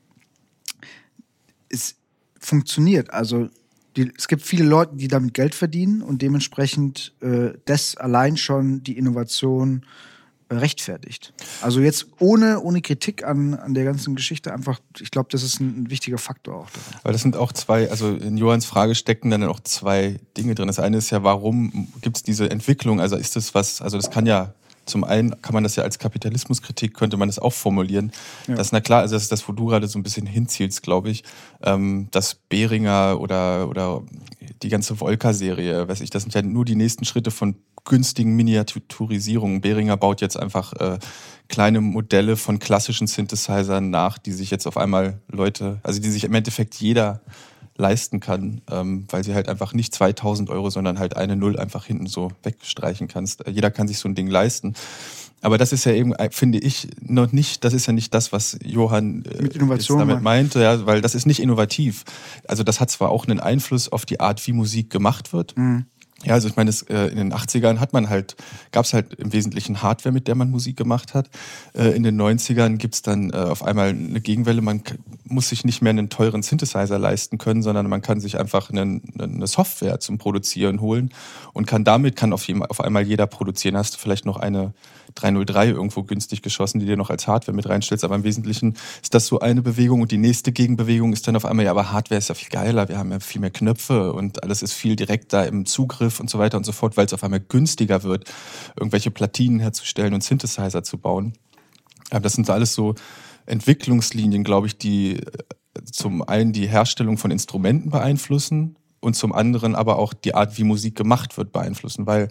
es funktioniert. Also die, es gibt viele Leute, die damit Geld verdienen und dementsprechend äh, das allein schon die Innovation äh, rechtfertigt. Also jetzt ohne, ohne Kritik an, an der ganzen Geschichte einfach, ich glaube, das ist ein, ein wichtiger Faktor auch daran. Weil das sind auch zwei, also in Johanns Frage stecken dann auch zwei Dinge drin. Das eine ist ja, warum gibt es diese Entwicklung? Also ist das was, also das kann ja, zum einen kann man das ja als Kapitalismuskritik, könnte man das auch formulieren. Ja. Das ist na klar, also das ist das, wo du gerade so ein bisschen hinzielst, glaube ich, ähm, dass Behringer oder, oder die ganze Volca-Serie, weiß ich, das sind ja nur die nächsten Schritte von günstigen Miniaturisierungen. Behringer baut jetzt einfach äh, kleine Modelle von klassischen Synthesizern nach, die sich jetzt auf einmal Leute, also die sich im Endeffekt jeder leisten kann, ähm, weil sie halt einfach nicht zweitausend Euro, sondern halt eine Null einfach hinten so wegstreichen kannst. Jeder kann sich so ein Ding leisten. Aber das ist ja eben, finde ich, noch nicht, das ist ja nicht das, was Johann äh, Mit Innovation jetzt damit meinte, ja, weil das ist nicht innovativ. Also das hat zwar auch einen Einfluss auf die Art, wie Musik gemacht wird. Mhm. Ja, also ich meine, das, äh, in den achtzigern hat man halt, gab es halt im Wesentlichen Hardware, mit der man Musik gemacht hat. Äh, in den neunzigern gibt's dann äh, auf einmal eine Gegenwelle. Man k- muss sich nicht mehr einen teuren Synthesizer leisten können, sondern man kann sich einfach einen, eine Software zum Produzieren holen und kann damit, kann auf, jeden, auf einmal jeder produzieren. Hast du vielleicht noch eine drei null drei irgendwo günstig geschossen, die dir noch als Hardware mit reinstellst. Aber im Wesentlichen ist das so eine Bewegung und die nächste Gegenbewegung ist dann auf einmal, ja, aber Hardware ist ja viel geiler, wir haben ja viel mehr Knöpfe und alles ist viel direkter im Zugriff und so weiter und so fort, weil es auf einmal günstiger wird, irgendwelche Platinen herzustellen und Synthesizer zu bauen. Aber das sind alles so Entwicklungslinien, glaube ich, die zum einen die Herstellung von Instrumenten beeinflussen und zum anderen aber auch die Art, wie Musik gemacht wird, beeinflussen, weil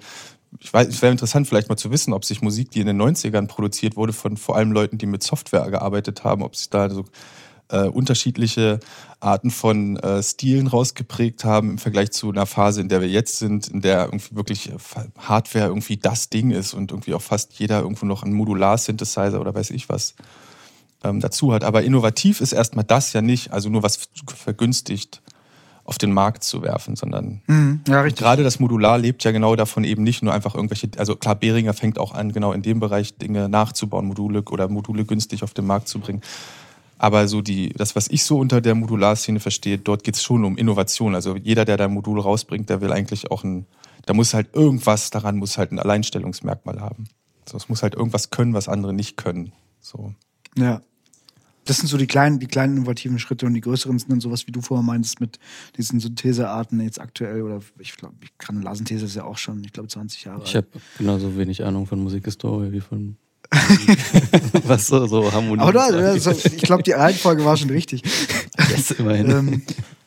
ich weiß, es wäre interessant vielleicht mal zu wissen, ob sich Musik, die in den neunzigern produziert wurde, von vor allem Leuten, die mit Software gearbeitet haben, ob sich da so äh, unterschiedliche Arten von äh, Stilen rausgeprägt haben im Vergleich zu einer Phase, in der wir jetzt sind, in der irgendwie wirklich Hardware irgendwie das Ding ist und irgendwie auch fast jeder irgendwo noch einen Modular-Synthesizer oder weiß ich was ähm, dazu hat. Aber innovativ ist erstmal das ja nicht, also nur was vergünstigt auf den Markt zu werfen, sondern Mhm, ja, richtig. gerade das Modular lebt ja genau davon, eben nicht nur einfach irgendwelche, also klar, Behringer fängt auch an, genau in dem Bereich Dinge nachzubauen, Module oder Module günstig auf den Markt zu bringen. Aber so die, das, was ich so unter der Modularszene verstehe, dort geht es schon um Innovation. Also jeder, der da ein Modul rausbringt, der will eigentlich auch ein, da muss halt irgendwas daran, muss halt ein Alleinstellungsmerkmal haben. So, es muss halt irgendwas können, was andere nicht können. So. Ja. Das sind so die kleinen, die kleinen innovativen Schritte und die größeren sind dann sowas, wie du vorher meintest, mit diesen Synthesearten jetzt aktuell oder ich glaube, Granularsynthese ist ja auch schon, ich glaube, zwanzig Jahre alt. Ich habe genauso wenig Ahnung von Musikhistorie wie von was so, so Harmonie. Aber da, also, ich glaube, die Reihenfolge war schon richtig. Yes, immerhin. ähm,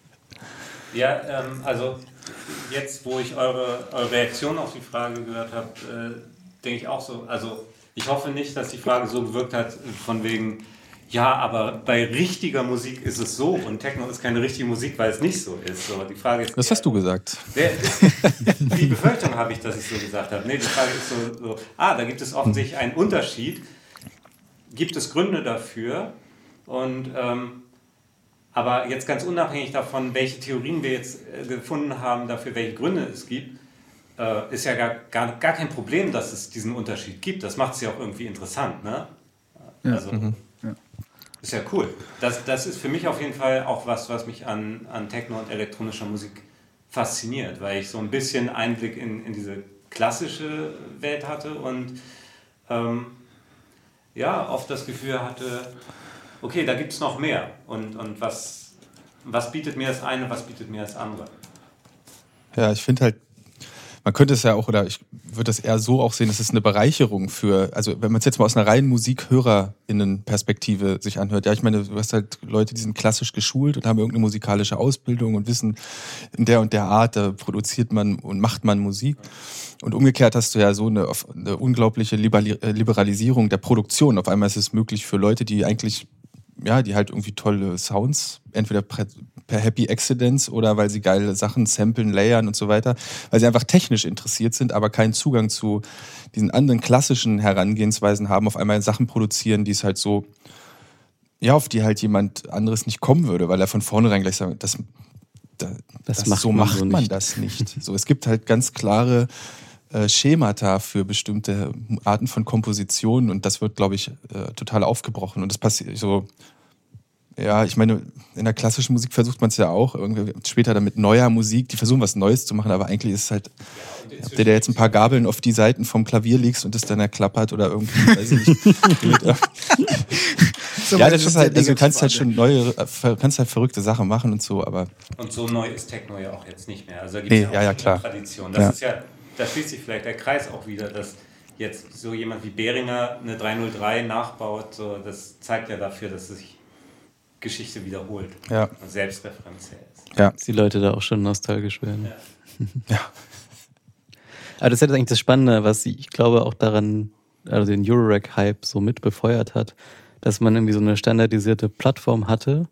Ja, ähm, also jetzt, wo ich eure, eure Reaktion auf die Frage gehört habe, äh, denke ich auch so, also ich hoffe nicht, dass die Frage so gewirkt hat, von wegen, ja, aber bei richtiger Musik ist es so und Techno ist keine richtige Musik, weil es nicht so ist. So, die Frage ist, Das hast du gesagt. Wer, die Befürchtung habe ich, dass ich so gesagt habe. Nee, die Frage ist so, so, ah, da gibt es offensichtlich einen Unterschied. Gibt es Gründe dafür? Und, ähm, aber jetzt ganz unabhängig davon, welche Theorien wir jetzt äh, gefunden haben, dafür welche Gründe es gibt, äh, ist ja gar, gar, gar kein Problem, dass es diesen Unterschied gibt. Das macht es ja auch irgendwie interessant, ne? Ja. Also, Mhm. ist ja cool. Das, das ist für mich auf jeden Fall auch was, was mich an, an Techno und elektronischer Musik fasziniert, weil ich so ein bisschen Einblick in, in diese klassische Welt hatte und ähm, ja, oft das Gefühl hatte, okay, da gibt es noch mehr und, und was, was bietet mir das eine, was bietet mir das andere? Ja, ich finde halt, man könnte es ja auch, oder ich würde das eher so auch sehen, es ist eine Bereicherung für, also wenn man es jetzt mal aus einer reinen MusikhörerInnen-Perspektive sich anhört, ja, ich meine, du hast halt Leute, die sind klassisch geschult und haben irgendeine musikalische Ausbildung und wissen, in der und der Art, da produziert man und macht man Musik. Und umgekehrt hast du ja so eine, eine unglaubliche Liberalisierung der Produktion. Auf einmal ist es möglich für Leute, die eigentlich, ja, die halt irgendwie tolle Sounds, entweder per Happy Accidents oder weil sie geile Sachen samplen, layern und so weiter, weil sie einfach technisch interessiert sind, aber keinen Zugang zu diesen anderen klassischen Herangehensweisen haben, auf einmal Sachen produzieren, die es halt so, ja, auf die halt jemand anderes nicht kommen würde, weil er von vornherein gleich sagt, das, das, Das das macht so man macht so man nicht. das nicht. So, es gibt halt ganz klare äh, Schemata für bestimmte Arten von Kompositionen und das wird, glaube ich, äh, total aufgebrochen und das passiert so. Ja, ich meine, in der klassischen Musik versucht man es ja auch, irgendwie später dann mit neuer Musik, die versuchen was Neues zu machen, aber eigentlich ist es halt, ob der, der jetzt ein paar Gabeln auf die Seiten vom Klavier legst und das dann erklappert oder irgendwie, weiß ich nicht. mit, äh, so ja, das ist halt, also du negativ kannst halt an. schon neue, äh, kannst halt verrückte Sachen machen und so, aber Und so neu ist Techno ja auch jetzt nicht mehr. Also da gibt Nee, es ja auch ja, ja, eine klar. Tradition. Das Ja. ist ja, da schließt sich vielleicht der Kreis auch wieder, dass jetzt so jemand wie Behringer eine drei null drei nachbaut. So, das zeigt ja dafür, dass sich Geschichte wiederholt ja, und selbstreferenziell ist. ja, Dass die Leute da auch schon nostalgisch werden. Ja. ja. Aber das ist ja eigentlich das Spannende, was ich glaube auch daran, also den Eurorack-Hype so mit befeuert hat, dass man irgendwie so eine standardisierte Plattform hatte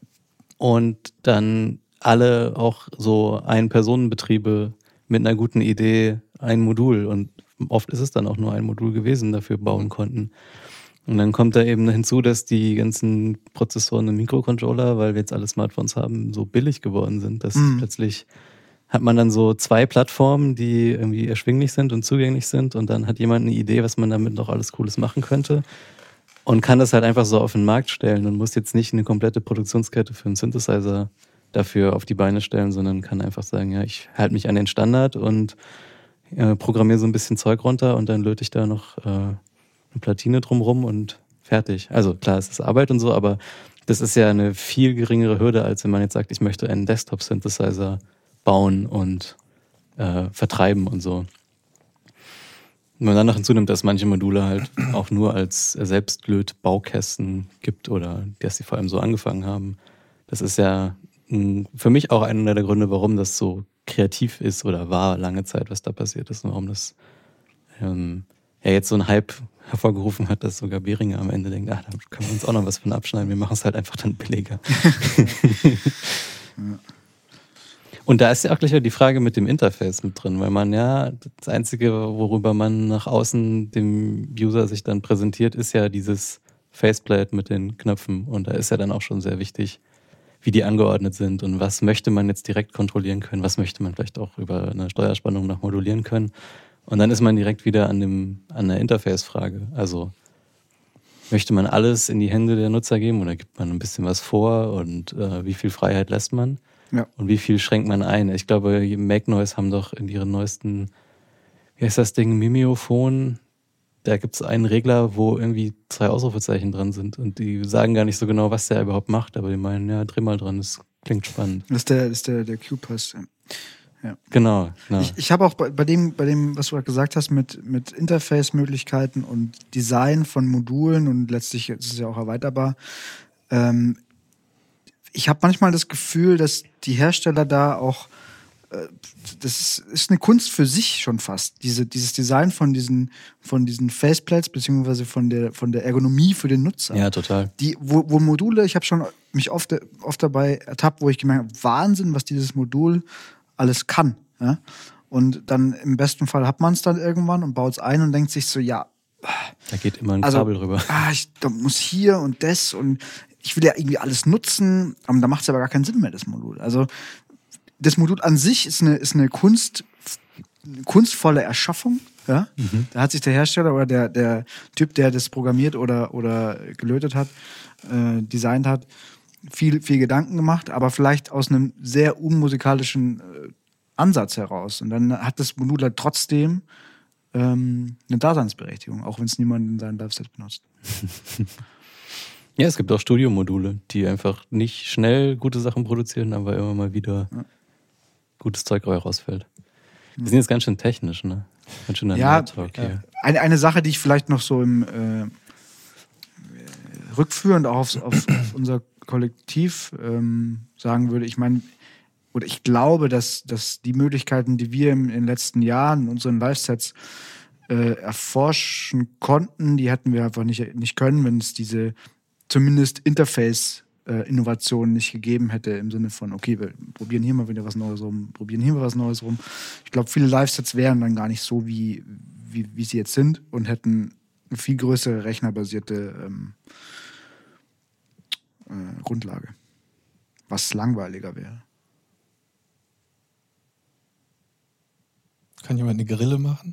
und dann alle auch so Ein-Personen-Betriebe mit einer guten Idee ein Modul und oft ist es dann auch nur ein Modul gewesen, dafür bauen konnten. Und dann kommt da eben hinzu, dass die ganzen Prozessoren und Mikrocontroller, weil wir jetzt alle Smartphones haben, so billig geworden sind, dass Mhm. plötzlich hat man dann so zwei Plattformen, die irgendwie erschwinglich sind und zugänglich sind und dann hat jemand eine Idee, was man damit noch alles Cooles machen könnte und kann das halt einfach so auf den Markt stellen und muss jetzt nicht eine komplette Produktionskette für einen Synthesizer dafür auf die Beine stellen, sondern kann einfach sagen, ja, ich halte mich an den Standard und äh, programmiere so ein bisschen Zeug runter und dann löte ich da noch äh, eine Platine drumrum und fertig. Also klar, es ist Arbeit und so, aber das ist ja eine viel geringere Hürde, als wenn man jetzt sagt, ich möchte einen Desktop-Synthesizer bauen und äh, vertreiben und so. Und wenn man dann noch hinzunimmt, dass manche Module halt auch nur als Selbstlöt-Baukästen gibt oder dass sie vor allem so angefangen haben, das ist ja mh, für mich auch einer der Gründe, warum das so kreativ ist oder war lange Zeit, was da passiert ist und warum das ähm, ja jetzt so ein Hype hervorgerufen hat, dass sogar Behringer am Ende denkt, ah, da können wir uns auch noch was von abschneiden, wir machen es halt einfach dann billiger. Ja. Und da ist ja auch gleich die Frage mit dem Interface mit drin, weil man ja, das Einzige, worüber man nach außen dem User sich dann präsentiert, ist ja dieses Faceplate mit den Knöpfen. Und da ist ja dann auch schon sehr wichtig, wie die angeordnet sind und was möchte man jetzt direkt kontrollieren können, was möchte man vielleicht auch über eine Steuerspannung noch modulieren können. Und dann ist man direkt wieder an dem an der Interface-Frage. Also möchte man alles in die Hände der Nutzer geben oder gibt man ein bisschen was vor und äh, wie viel Freiheit lässt man? Ja. Und wie viel schränkt man ein? Ich glaube, Make Noise haben doch in ihren neuesten, wie heißt das Ding, Mimeophon, da gibt es einen Regler, wo irgendwie zwei Ausrufezeichen dran sind und die sagen gar nicht so genau, was der überhaupt macht, aber die meinen, ja, dreh mal dran, das klingt spannend. Das ist der, das ist der, der Q-Pass. Ja. Genau, genau. Ich, ich habe auch bei, bei dem, bei dem, was du gerade gesagt hast, mit, mit Interface-Möglichkeiten und Design von Modulen und letztlich ist es ja auch erweiterbar, ähm, ich habe manchmal das Gefühl, dass die Hersteller da auch, äh, das ist, ist eine Kunst für sich schon fast, diese, dieses Design von diesen, von diesen Faceplates, beziehungsweise von der, von der Ergonomie für den Nutzer. Ja, total. Die, wo, wo Module, ich habe schon mich oft, oft dabei ertappt, wo ich gemerkt habe, Wahnsinn, was dieses Modul alles kann. Ja? Und dann im besten Fall hat man es dann irgendwann und baut es ein und denkt sich so, ja, da geht immer ein also, Kabel rüber. Ah, ich da muss hier und das und ich will ja irgendwie alles nutzen, aber da macht es aber gar keinen Sinn mehr, das Modul. Also das Modul an sich ist eine, ist eine Kunst, eine kunstvolle Erschaffung. Ja? Mhm. Da hat sich der Hersteller oder der, der Typ, der das programmiert oder, oder gelötet hat, äh, designt hat, viel, viel Gedanken gemacht, aber vielleicht aus einem sehr unmusikalischen äh, Ansatz heraus. Und dann hat das Modul halt trotzdem ähm, eine Daseinsberechtigung, auch wenn es niemand in seinen Live-Sets benutzt. Ja, es gibt auch Studiomodule, die einfach nicht schnell gute Sachen produzieren, aber immer mal wieder ja. gutes Zeug rausfällt. Wir sind jetzt ganz schön technisch, ne? Ganz schön ja, ja. Eine, eine Sache, die ich vielleicht noch so im äh, rückführend auch auf, auf, auf unser Kollektiv ähm, sagen würde, ich meine, oder ich glaube, dass, dass die Möglichkeiten, die wir in den letzten Jahren in unseren Live-Sets äh, erforschen konnten, die hätten wir einfach nicht, nicht können, wenn es diese zumindest Interface-Innovation nicht gegeben hätte, im Sinne von, okay, wir probieren hier mal wieder was Neues rum, probieren hier mal was Neues rum. Ich glaube, viele Live-Sets wären dann gar nicht so, wie, wie, wie sie jetzt sind und hätten eine viel größere rechnerbasierte ähm, äh, Grundlage, was langweiliger wäre. Kann jemand eine Grille machen?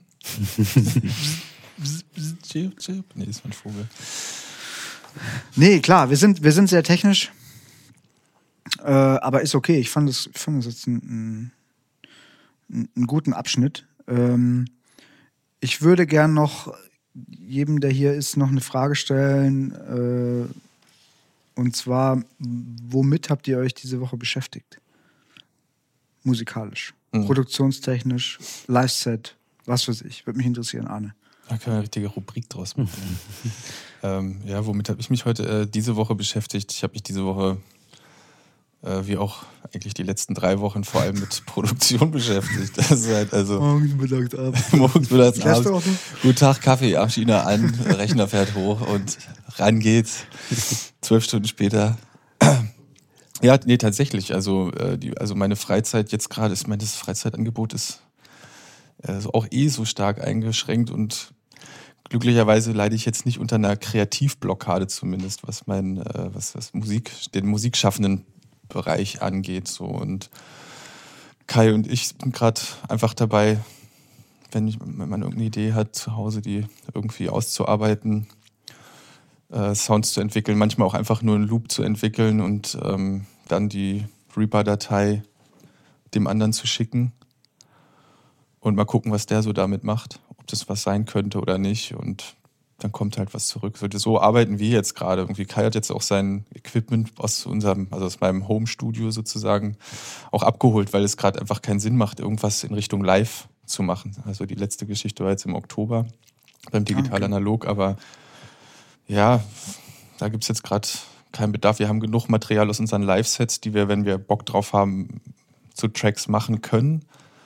Chip, chip. Nee, ist mein Vogel. Nee, klar, wir sind, wir sind sehr technisch, äh, aber ist okay. Ich fand das, ich fand das jetzt einen, einen, einen guten Abschnitt. Ähm, ich würde gern noch jedem, der hier ist, noch eine Frage stellen. Äh, und zwar, womit habt ihr euch diese Woche beschäftigt? Musikalisch, mhm. produktionstechnisch, Live-Set, was weiß ich. Würde mich interessieren, Arne. Da können wir eine richtige Rubrik draus machen. ähm, ja, womit habe ich mich heute äh, diese Woche beschäftigt? Ich habe mich diese Woche, äh, wie auch eigentlich die letzten drei Wochen, vor allem mit Produktion beschäftigt. Das ist halt also morgens, mittags, abends. morgens, mittags, abends. Guten Tag, Kaffee, Maschine an, Rechner fährt hoch und ran geht's. Zwölf Stunden später. Ja, nee, tatsächlich. Also, äh, die, also meine Freizeit jetzt gerade ist, mein das Freizeitangebot ist also auch eh so stark eingeschränkt und glücklicherweise leide ich jetzt nicht unter einer Kreativblockade zumindest, was mein, äh, was, was Musik, den musikschaffenden Bereich angeht. So. Und Kai und ich sind gerade einfach dabei, wenn, ich, wenn man irgendeine Idee hat zu Hause, die irgendwie auszuarbeiten, äh, Sounds zu entwickeln, manchmal auch einfach nur einen Loop zu entwickeln und ähm, dann die Reaper-Datei dem anderen zu schicken. Und mal gucken, was der so damit macht, ob das was sein könnte oder nicht. Und dann kommt halt was zurück. So arbeiten wir jetzt gerade. Irgendwie Kai hat jetzt auch sein Equipment aus unserem, also aus meinem Home-Studio sozusagen auch abgeholt, weil es gerade einfach keinen Sinn macht, irgendwas in Richtung Live zu machen. Also die letzte Geschichte war jetzt im Oktober beim Digital Analog, aber ja, da gibt es jetzt gerade keinen Bedarf. Wir haben genug Material aus unseren Live-Sets, die wir, wenn wir Bock drauf haben, zu Tracks machen können.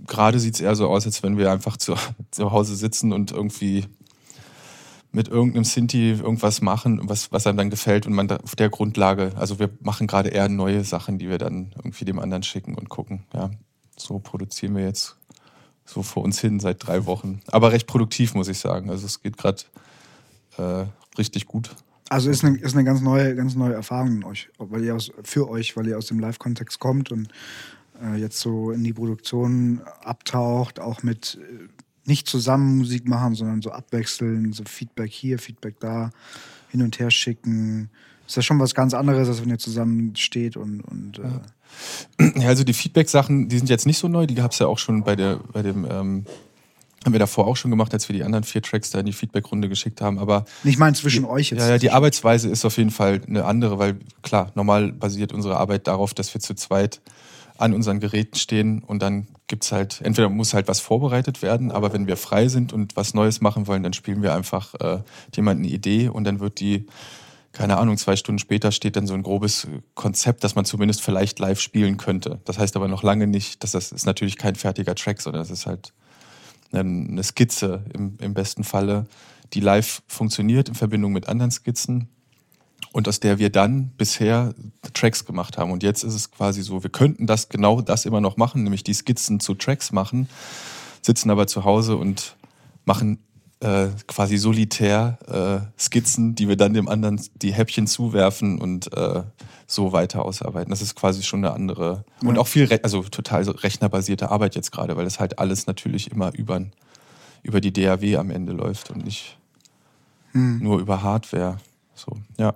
gerade sieht es eher so aus, als wenn wir einfach zu, zu Hause sitzen und irgendwie mit irgendeinem Synthi irgendwas machen, was, was einem dann gefällt und man da auf der Grundlage, also wir machen gerade eher neue Sachen, die wir dann irgendwie dem anderen schicken und gucken. Ja, so produzieren wir jetzt so vor uns hin seit drei Wochen. Aber recht produktiv, muss ich sagen. Also es geht gerade äh, richtig gut. Also ist eine, ist eine ganz neue, ganz neue Erfahrung in euch, weil ihr aus, für euch, weil ihr aus dem Live-Kontext kommt und äh, jetzt so in die Produktion abtaucht, auch mit äh, nicht zusammen Musik machen, sondern so abwechseln, so Feedback hier, Feedback da, hin und her schicken. Ist ja schon was ganz anderes, als wenn ihr zusammen steht und, und äh ja, also die Feedback-Sachen, die sind jetzt nicht so neu, die gab es ja auch schon bei der, bei dem, ähm, haben wir davor auch schon gemacht, als wir die anderen vier Tracks da in die Feedback-Runde geschickt haben, aber ich meine zwischen die, euch jetzt. Ja, ja, die Arbeitsweise ist auf jeden Fall eine andere, weil klar, normal basiert unsere Arbeit darauf, dass wir zu zweit an unseren Geräten stehen und dann gibt's halt, entweder muss halt was vorbereitet werden, aber wenn wir frei sind und was Neues machen wollen, dann spielen wir einfach äh, jemand eine Idee und dann wird die, keine Ahnung, zwei Stunden später steht dann so ein grobes Konzept, das man zumindest vielleicht live spielen könnte. Das heißt aber noch lange nicht, dass das ist natürlich kein fertiger Track, sondern das ist halt eine Skizze im, im besten Falle, die live funktioniert in Verbindung mit anderen Skizzen und aus der wir dann bisher Tracks gemacht haben. Und jetzt ist es quasi so, wir könnten das genau das immer noch machen, nämlich die Skizzen zu Tracks machen, sitzen aber zu Hause und machen äh, quasi solitär äh, Skizzen, die wir dann dem anderen die Häppchen zuwerfen und äh, so weiter ausarbeiten. Das ist quasi schon eine andere ja. und auch viel, Re- also total so rechnerbasierte Arbeit jetzt gerade, weil das halt alles natürlich immer über, über die D A W am Ende läuft und nicht hm. nur über Hardware. So, ja.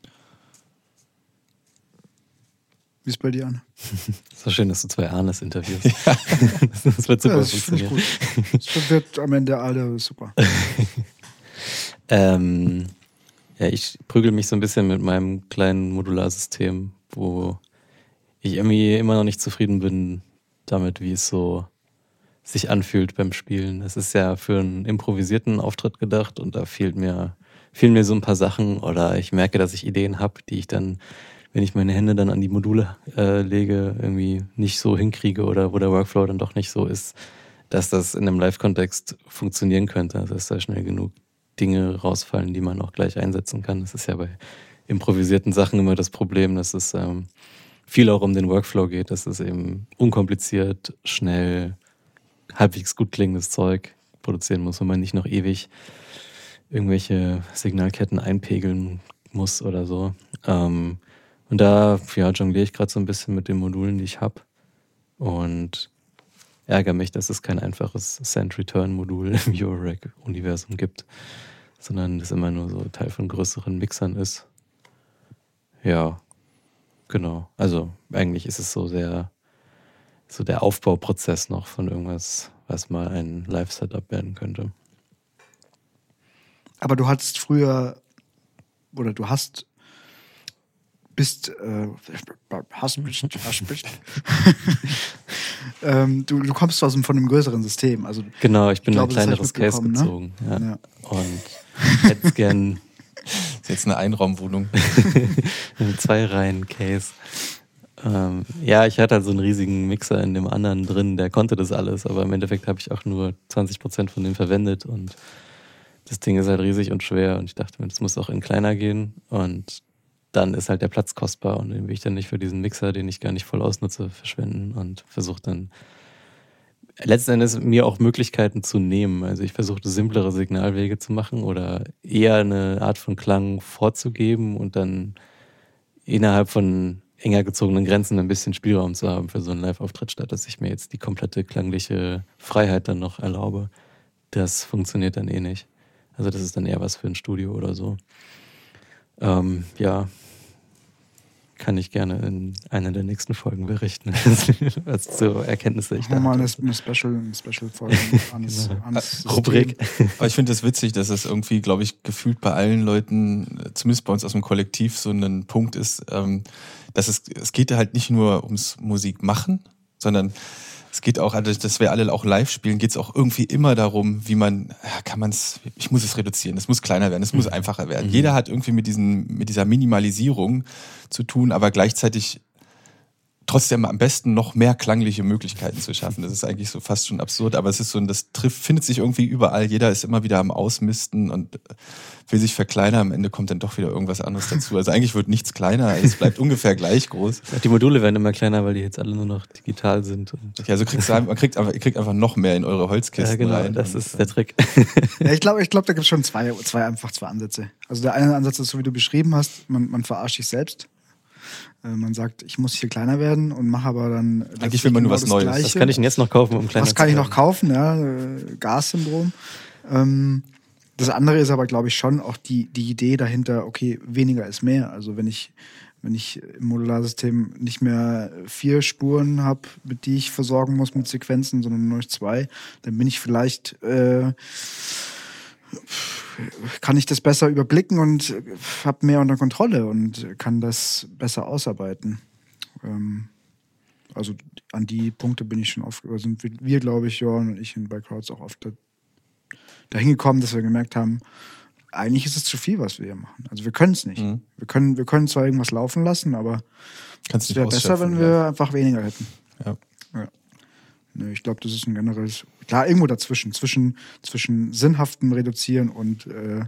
Wie ist bei dir, Anne? So schön, dass du zwei Arnes interviewst. Ja. Das wird super ja, das funktionieren. Gut. Das wird am Ende alle super. ähm, ja, ich prügel mich so ein bisschen mit meinem kleinen Modularsystem, wo ich irgendwie immer noch nicht zufrieden bin damit, wie es so sich anfühlt beim Spielen. Es ist ja für einen improvisierten Auftritt gedacht und da fehlt mir, fehlen mir so ein paar Sachen oder ich merke, dass ich Ideen habe, die ich dann, wenn ich meine Hände dann an die Module äh, lege, irgendwie nicht so hinkriege oder wo der Workflow dann doch nicht so ist, dass das in einem Live-Kontext funktionieren könnte. Also dass da schnell genug Dinge rausfallen, die man auch gleich einsetzen kann. Das ist ja bei improvisierten Sachen immer das Problem, dass es ähm, viel auch um den Workflow geht, dass es eben unkompliziert, schnell, halbwegs gut klingendes Zeug produzieren muss, wenn man nicht noch ewig irgendwelche Signalketten einpegeln muss oder so. Ähm, Und da ja, jongliere ich gerade so ein bisschen mit den Modulen, die ich habe und ärgere mich, dass es kein einfaches Send-Return-Modul im Eurorack-Universum gibt, sondern das immer nur so Teil von größeren Mixern ist. Ja, genau. Also eigentlich ist es so sehr so der Aufbauprozess noch von irgendwas, was mal ein Live-Setup werden könnte. Aber du hattest früher, oder du hast bist, äh, hast, bist, hast, bist. ähm, du, du kommst aus einem, von einem größeren System. Also, genau, ich bin ich in ein glaube, kleineres Case ne? gezogen. Ja. Ja. Und hätte es gern... Das ist jetzt eine Einraumwohnung. Ein Zwei-Reihen-Case. Ähm, ja, ich hatte halt so einen riesigen Mixer in dem anderen drin, der konnte das alles, aber im Endeffekt habe ich auch nur zwanzig Prozent von dem verwendet und das Ding ist halt riesig und schwer und ich dachte mir, das muss auch in kleiner gehen und dann ist halt der Platz kostbar und den will ich dann nicht für diesen Mixer, den ich gar nicht voll ausnutze, verschwenden und versuche dann letzten Endes mir auch Möglichkeiten zu nehmen. Also ich versuchte simplere Signalwege zu machen oder eher eine Art von Klang vorzugeben und dann innerhalb von enger gezogenen Grenzen ein bisschen Spielraum zu haben für so einen Live-Auftritt, statt dass ich mir jetzt die komplette klangliche Freiheit dann noch erlaube. Das funktioniert dann eh nicht. Also das ist dann eher was für ein Studio oder so. Ähm, ja, kann ich gerne in einer der nächsten Folgen berichten, was zur Erkenntnisse ich da hatte. Mal eine, eine Special, eine Special-Folge ans, genau. ans Rubrik. Aber ich finde es das witzig, dass es irgendwie, glaube ich, gefühlt bei allen Leuten, zumindest bei uns aus dem Kollektiv, so ein Punkt ist, ähm, dass es, es geht halt nicht nur ums Musik machen, sondern es geht auch, also dass wir alle auch live spielen, geht es auch irgendwie immer darum, wie man, ja, kann man es, ich muss es reduzieren, es muss kleiner werden, es muss einfacher werden. Mhm. Jeder hat irgendwie mit diesen, mit dieser Minimalisierung zu tun, aber gleichzeitig trotzdem am besten noch mehr klangliche Möglichkeiten zu schaffen. Das ist eigentlich so fast schon absurd, aber es ist so, das trifft, findet sich irgendwie überall. Jeder ist immer wieder am Ausmisten und will sich verkleinern. Am Ende kommt dann doch wieder irgendwas anderes dazu. Also eigentlich wird nichts kleiner, es bleibt ungefähr gleich groß. Die Module werden immer kleiner, weil die jetzt alle nur noch digital sind. Und ja, also kriegst du, man kriegt einfach, ihr kriegt einfach noch mehr in eure Holzkisten ja, genau, rein. das und, ist der Trick. Ja, ich glaube, ich glaub, da gibt es schon zwei, zwei, einfach zwei Ansätze. Also der eine Ansatz ist, so wie du beschrieben hast, man, man verarscht sich selbst. Man sagt, ich muss hier kleiner werden und mache aber dann. Eigentlich will man nur was Neues. Gleiche. Was kann ich denn jetzt noch kaufen, um kleiner zu werden? Was kann ich noch kaufen? Ja, Gas-Syndrom. Ähm, das andere ist aber, glaube ich, schon auch die, die Idee dahinter, okay, weniger ist mehr. Also wenn ich, wenn ich im Modularsystem nicht mehr vier Spuren habe, mit die ich versorgen muss mit Sequenzen, sondern nur noch zwei, dann bin ich vielleicht. Äh, kann ich das besser überblicken und habe mehr unter Kontrolle und kann das besser ausarbeiten. Ähm, also an die Punkte bin ich schon oft, sind wir, wir glaube ich, Jörn und ich bei Crowds auch oft da, dahin gekommen, dass wir gemerkt haben, eigentlich ist es zu viel, was wir hier machen. Also wir können es nicht. Mhm. Wir können, wir können zwar irgendwas laufen lassen, aber es wäre besser, wenn wir ja. einfach weniger hätten. Ja. Ja. Nee, ich glaube, das ist ein generelles, klar, irgendwo dazwischen, zwischen, zwischen sinnhaftem Reduzieren und äh,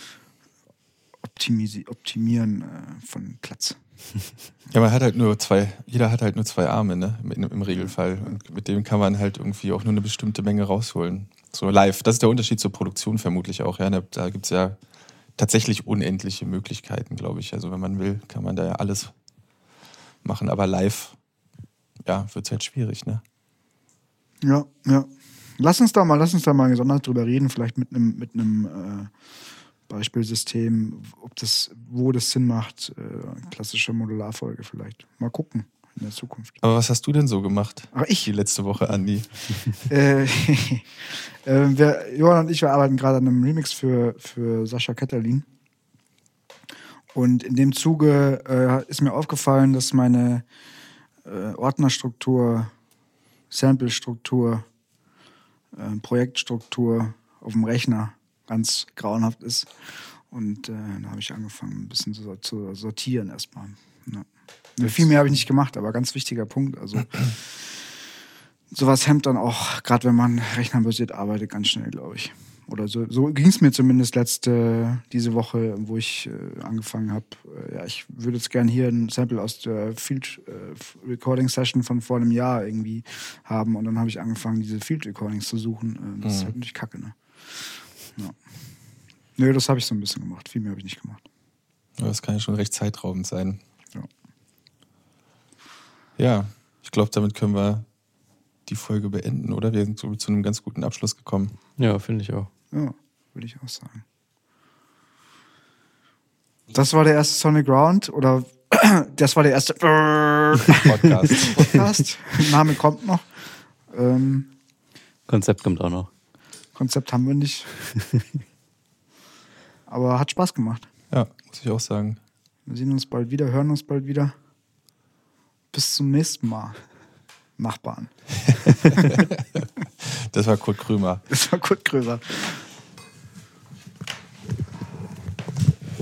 Optimisi- Optimieren äh, von Platz. Ja, man hat halt nur zwei, jeder hat halt nur zwei Arme, ne, im, im Regelfall. Und mit dem kann man halt irgendwie auch nur eine bestimmte Menge rausholen. So live. Das ist der Unterschied zur Produktion vermutlich auch. Ja, da gibt es ja tatsächlich unendliche Möglichkeiten, glaube ich. Also wenn man will, kann man da ja alles machen. Aber live, ja, wird es halt schwierig, ne? Ja, ja. Lass uns da mal, lass uns da mal gesondert drüber reden, vielleicht mit einem mit einem äh, Beispielsystem, ob das, wo das Sinn macht, äh, klassische Modularfolge vielleicht. Mal gucken in der Zukunft. Aber was hast du denn so gemacht? Ach, ich? Die letzte Woche, Andi. äh, äh, wir, Johann und ich, wir arbeiten gerade an einem Remix für, für Sascha Ketterlin. Und in dem Zuge äh, ist mir aufgefallen, dass meine äh, Ordnerstruktur, Sample-Struktur, äh, Projektstruktur auf dem Rechner ganz grauenhaft ist. Und äh, da habe ich angefangen, ein bisschen zu, zu sortieren erstmal. Ja. Viel mehr habe ich nicht gemacht, aber ganz wichtiger Punkt. Also sowas hemmt dann auch, gerade wenn man rechnerbasiert arbeitet, ganz schnell, glaube ich. Oder so, so ging es mir zumindest letzte, diese Woche, wo ich äh, angefangen habe. Äh, ja, ich würde jetzt gerne hier ein Sample aus der Field äh, Recording Session von vor einem Jahr irgendwie haben. Und dann habe ich angefangen, diese Field Recordings zu suchen. Äh, das mhm. ist halt natürlich kacke, ne? Ja. Nö, das habe ich so ein bisschen gemacht. Viel mehr habe ich nicht gemacht. Ja, das kann ja schon recht zeitraubend sein. Ja, ja, ich glaube, damit können wir die Folge beenden, oder? Wir sind so zu einem ganz guten Abschluss gekommen. Ja, finde ich auch. Ja, würde ich auch sagen. Das war der erste Sonic Ground oder das war der erste Podcast. Podcast. Name kommt noch. Ähm, Konzept kommt auch noch. Konzept haben wir nicht. Aber hat Spaß gemacht. Ja, muss ich auch sagen. Wir sehen uns bald wieder, hören uns bald wieder. Bis zum nächsten Mal. Nachbarn. Das war Kurt Krömer. Das war Kurt Krömer.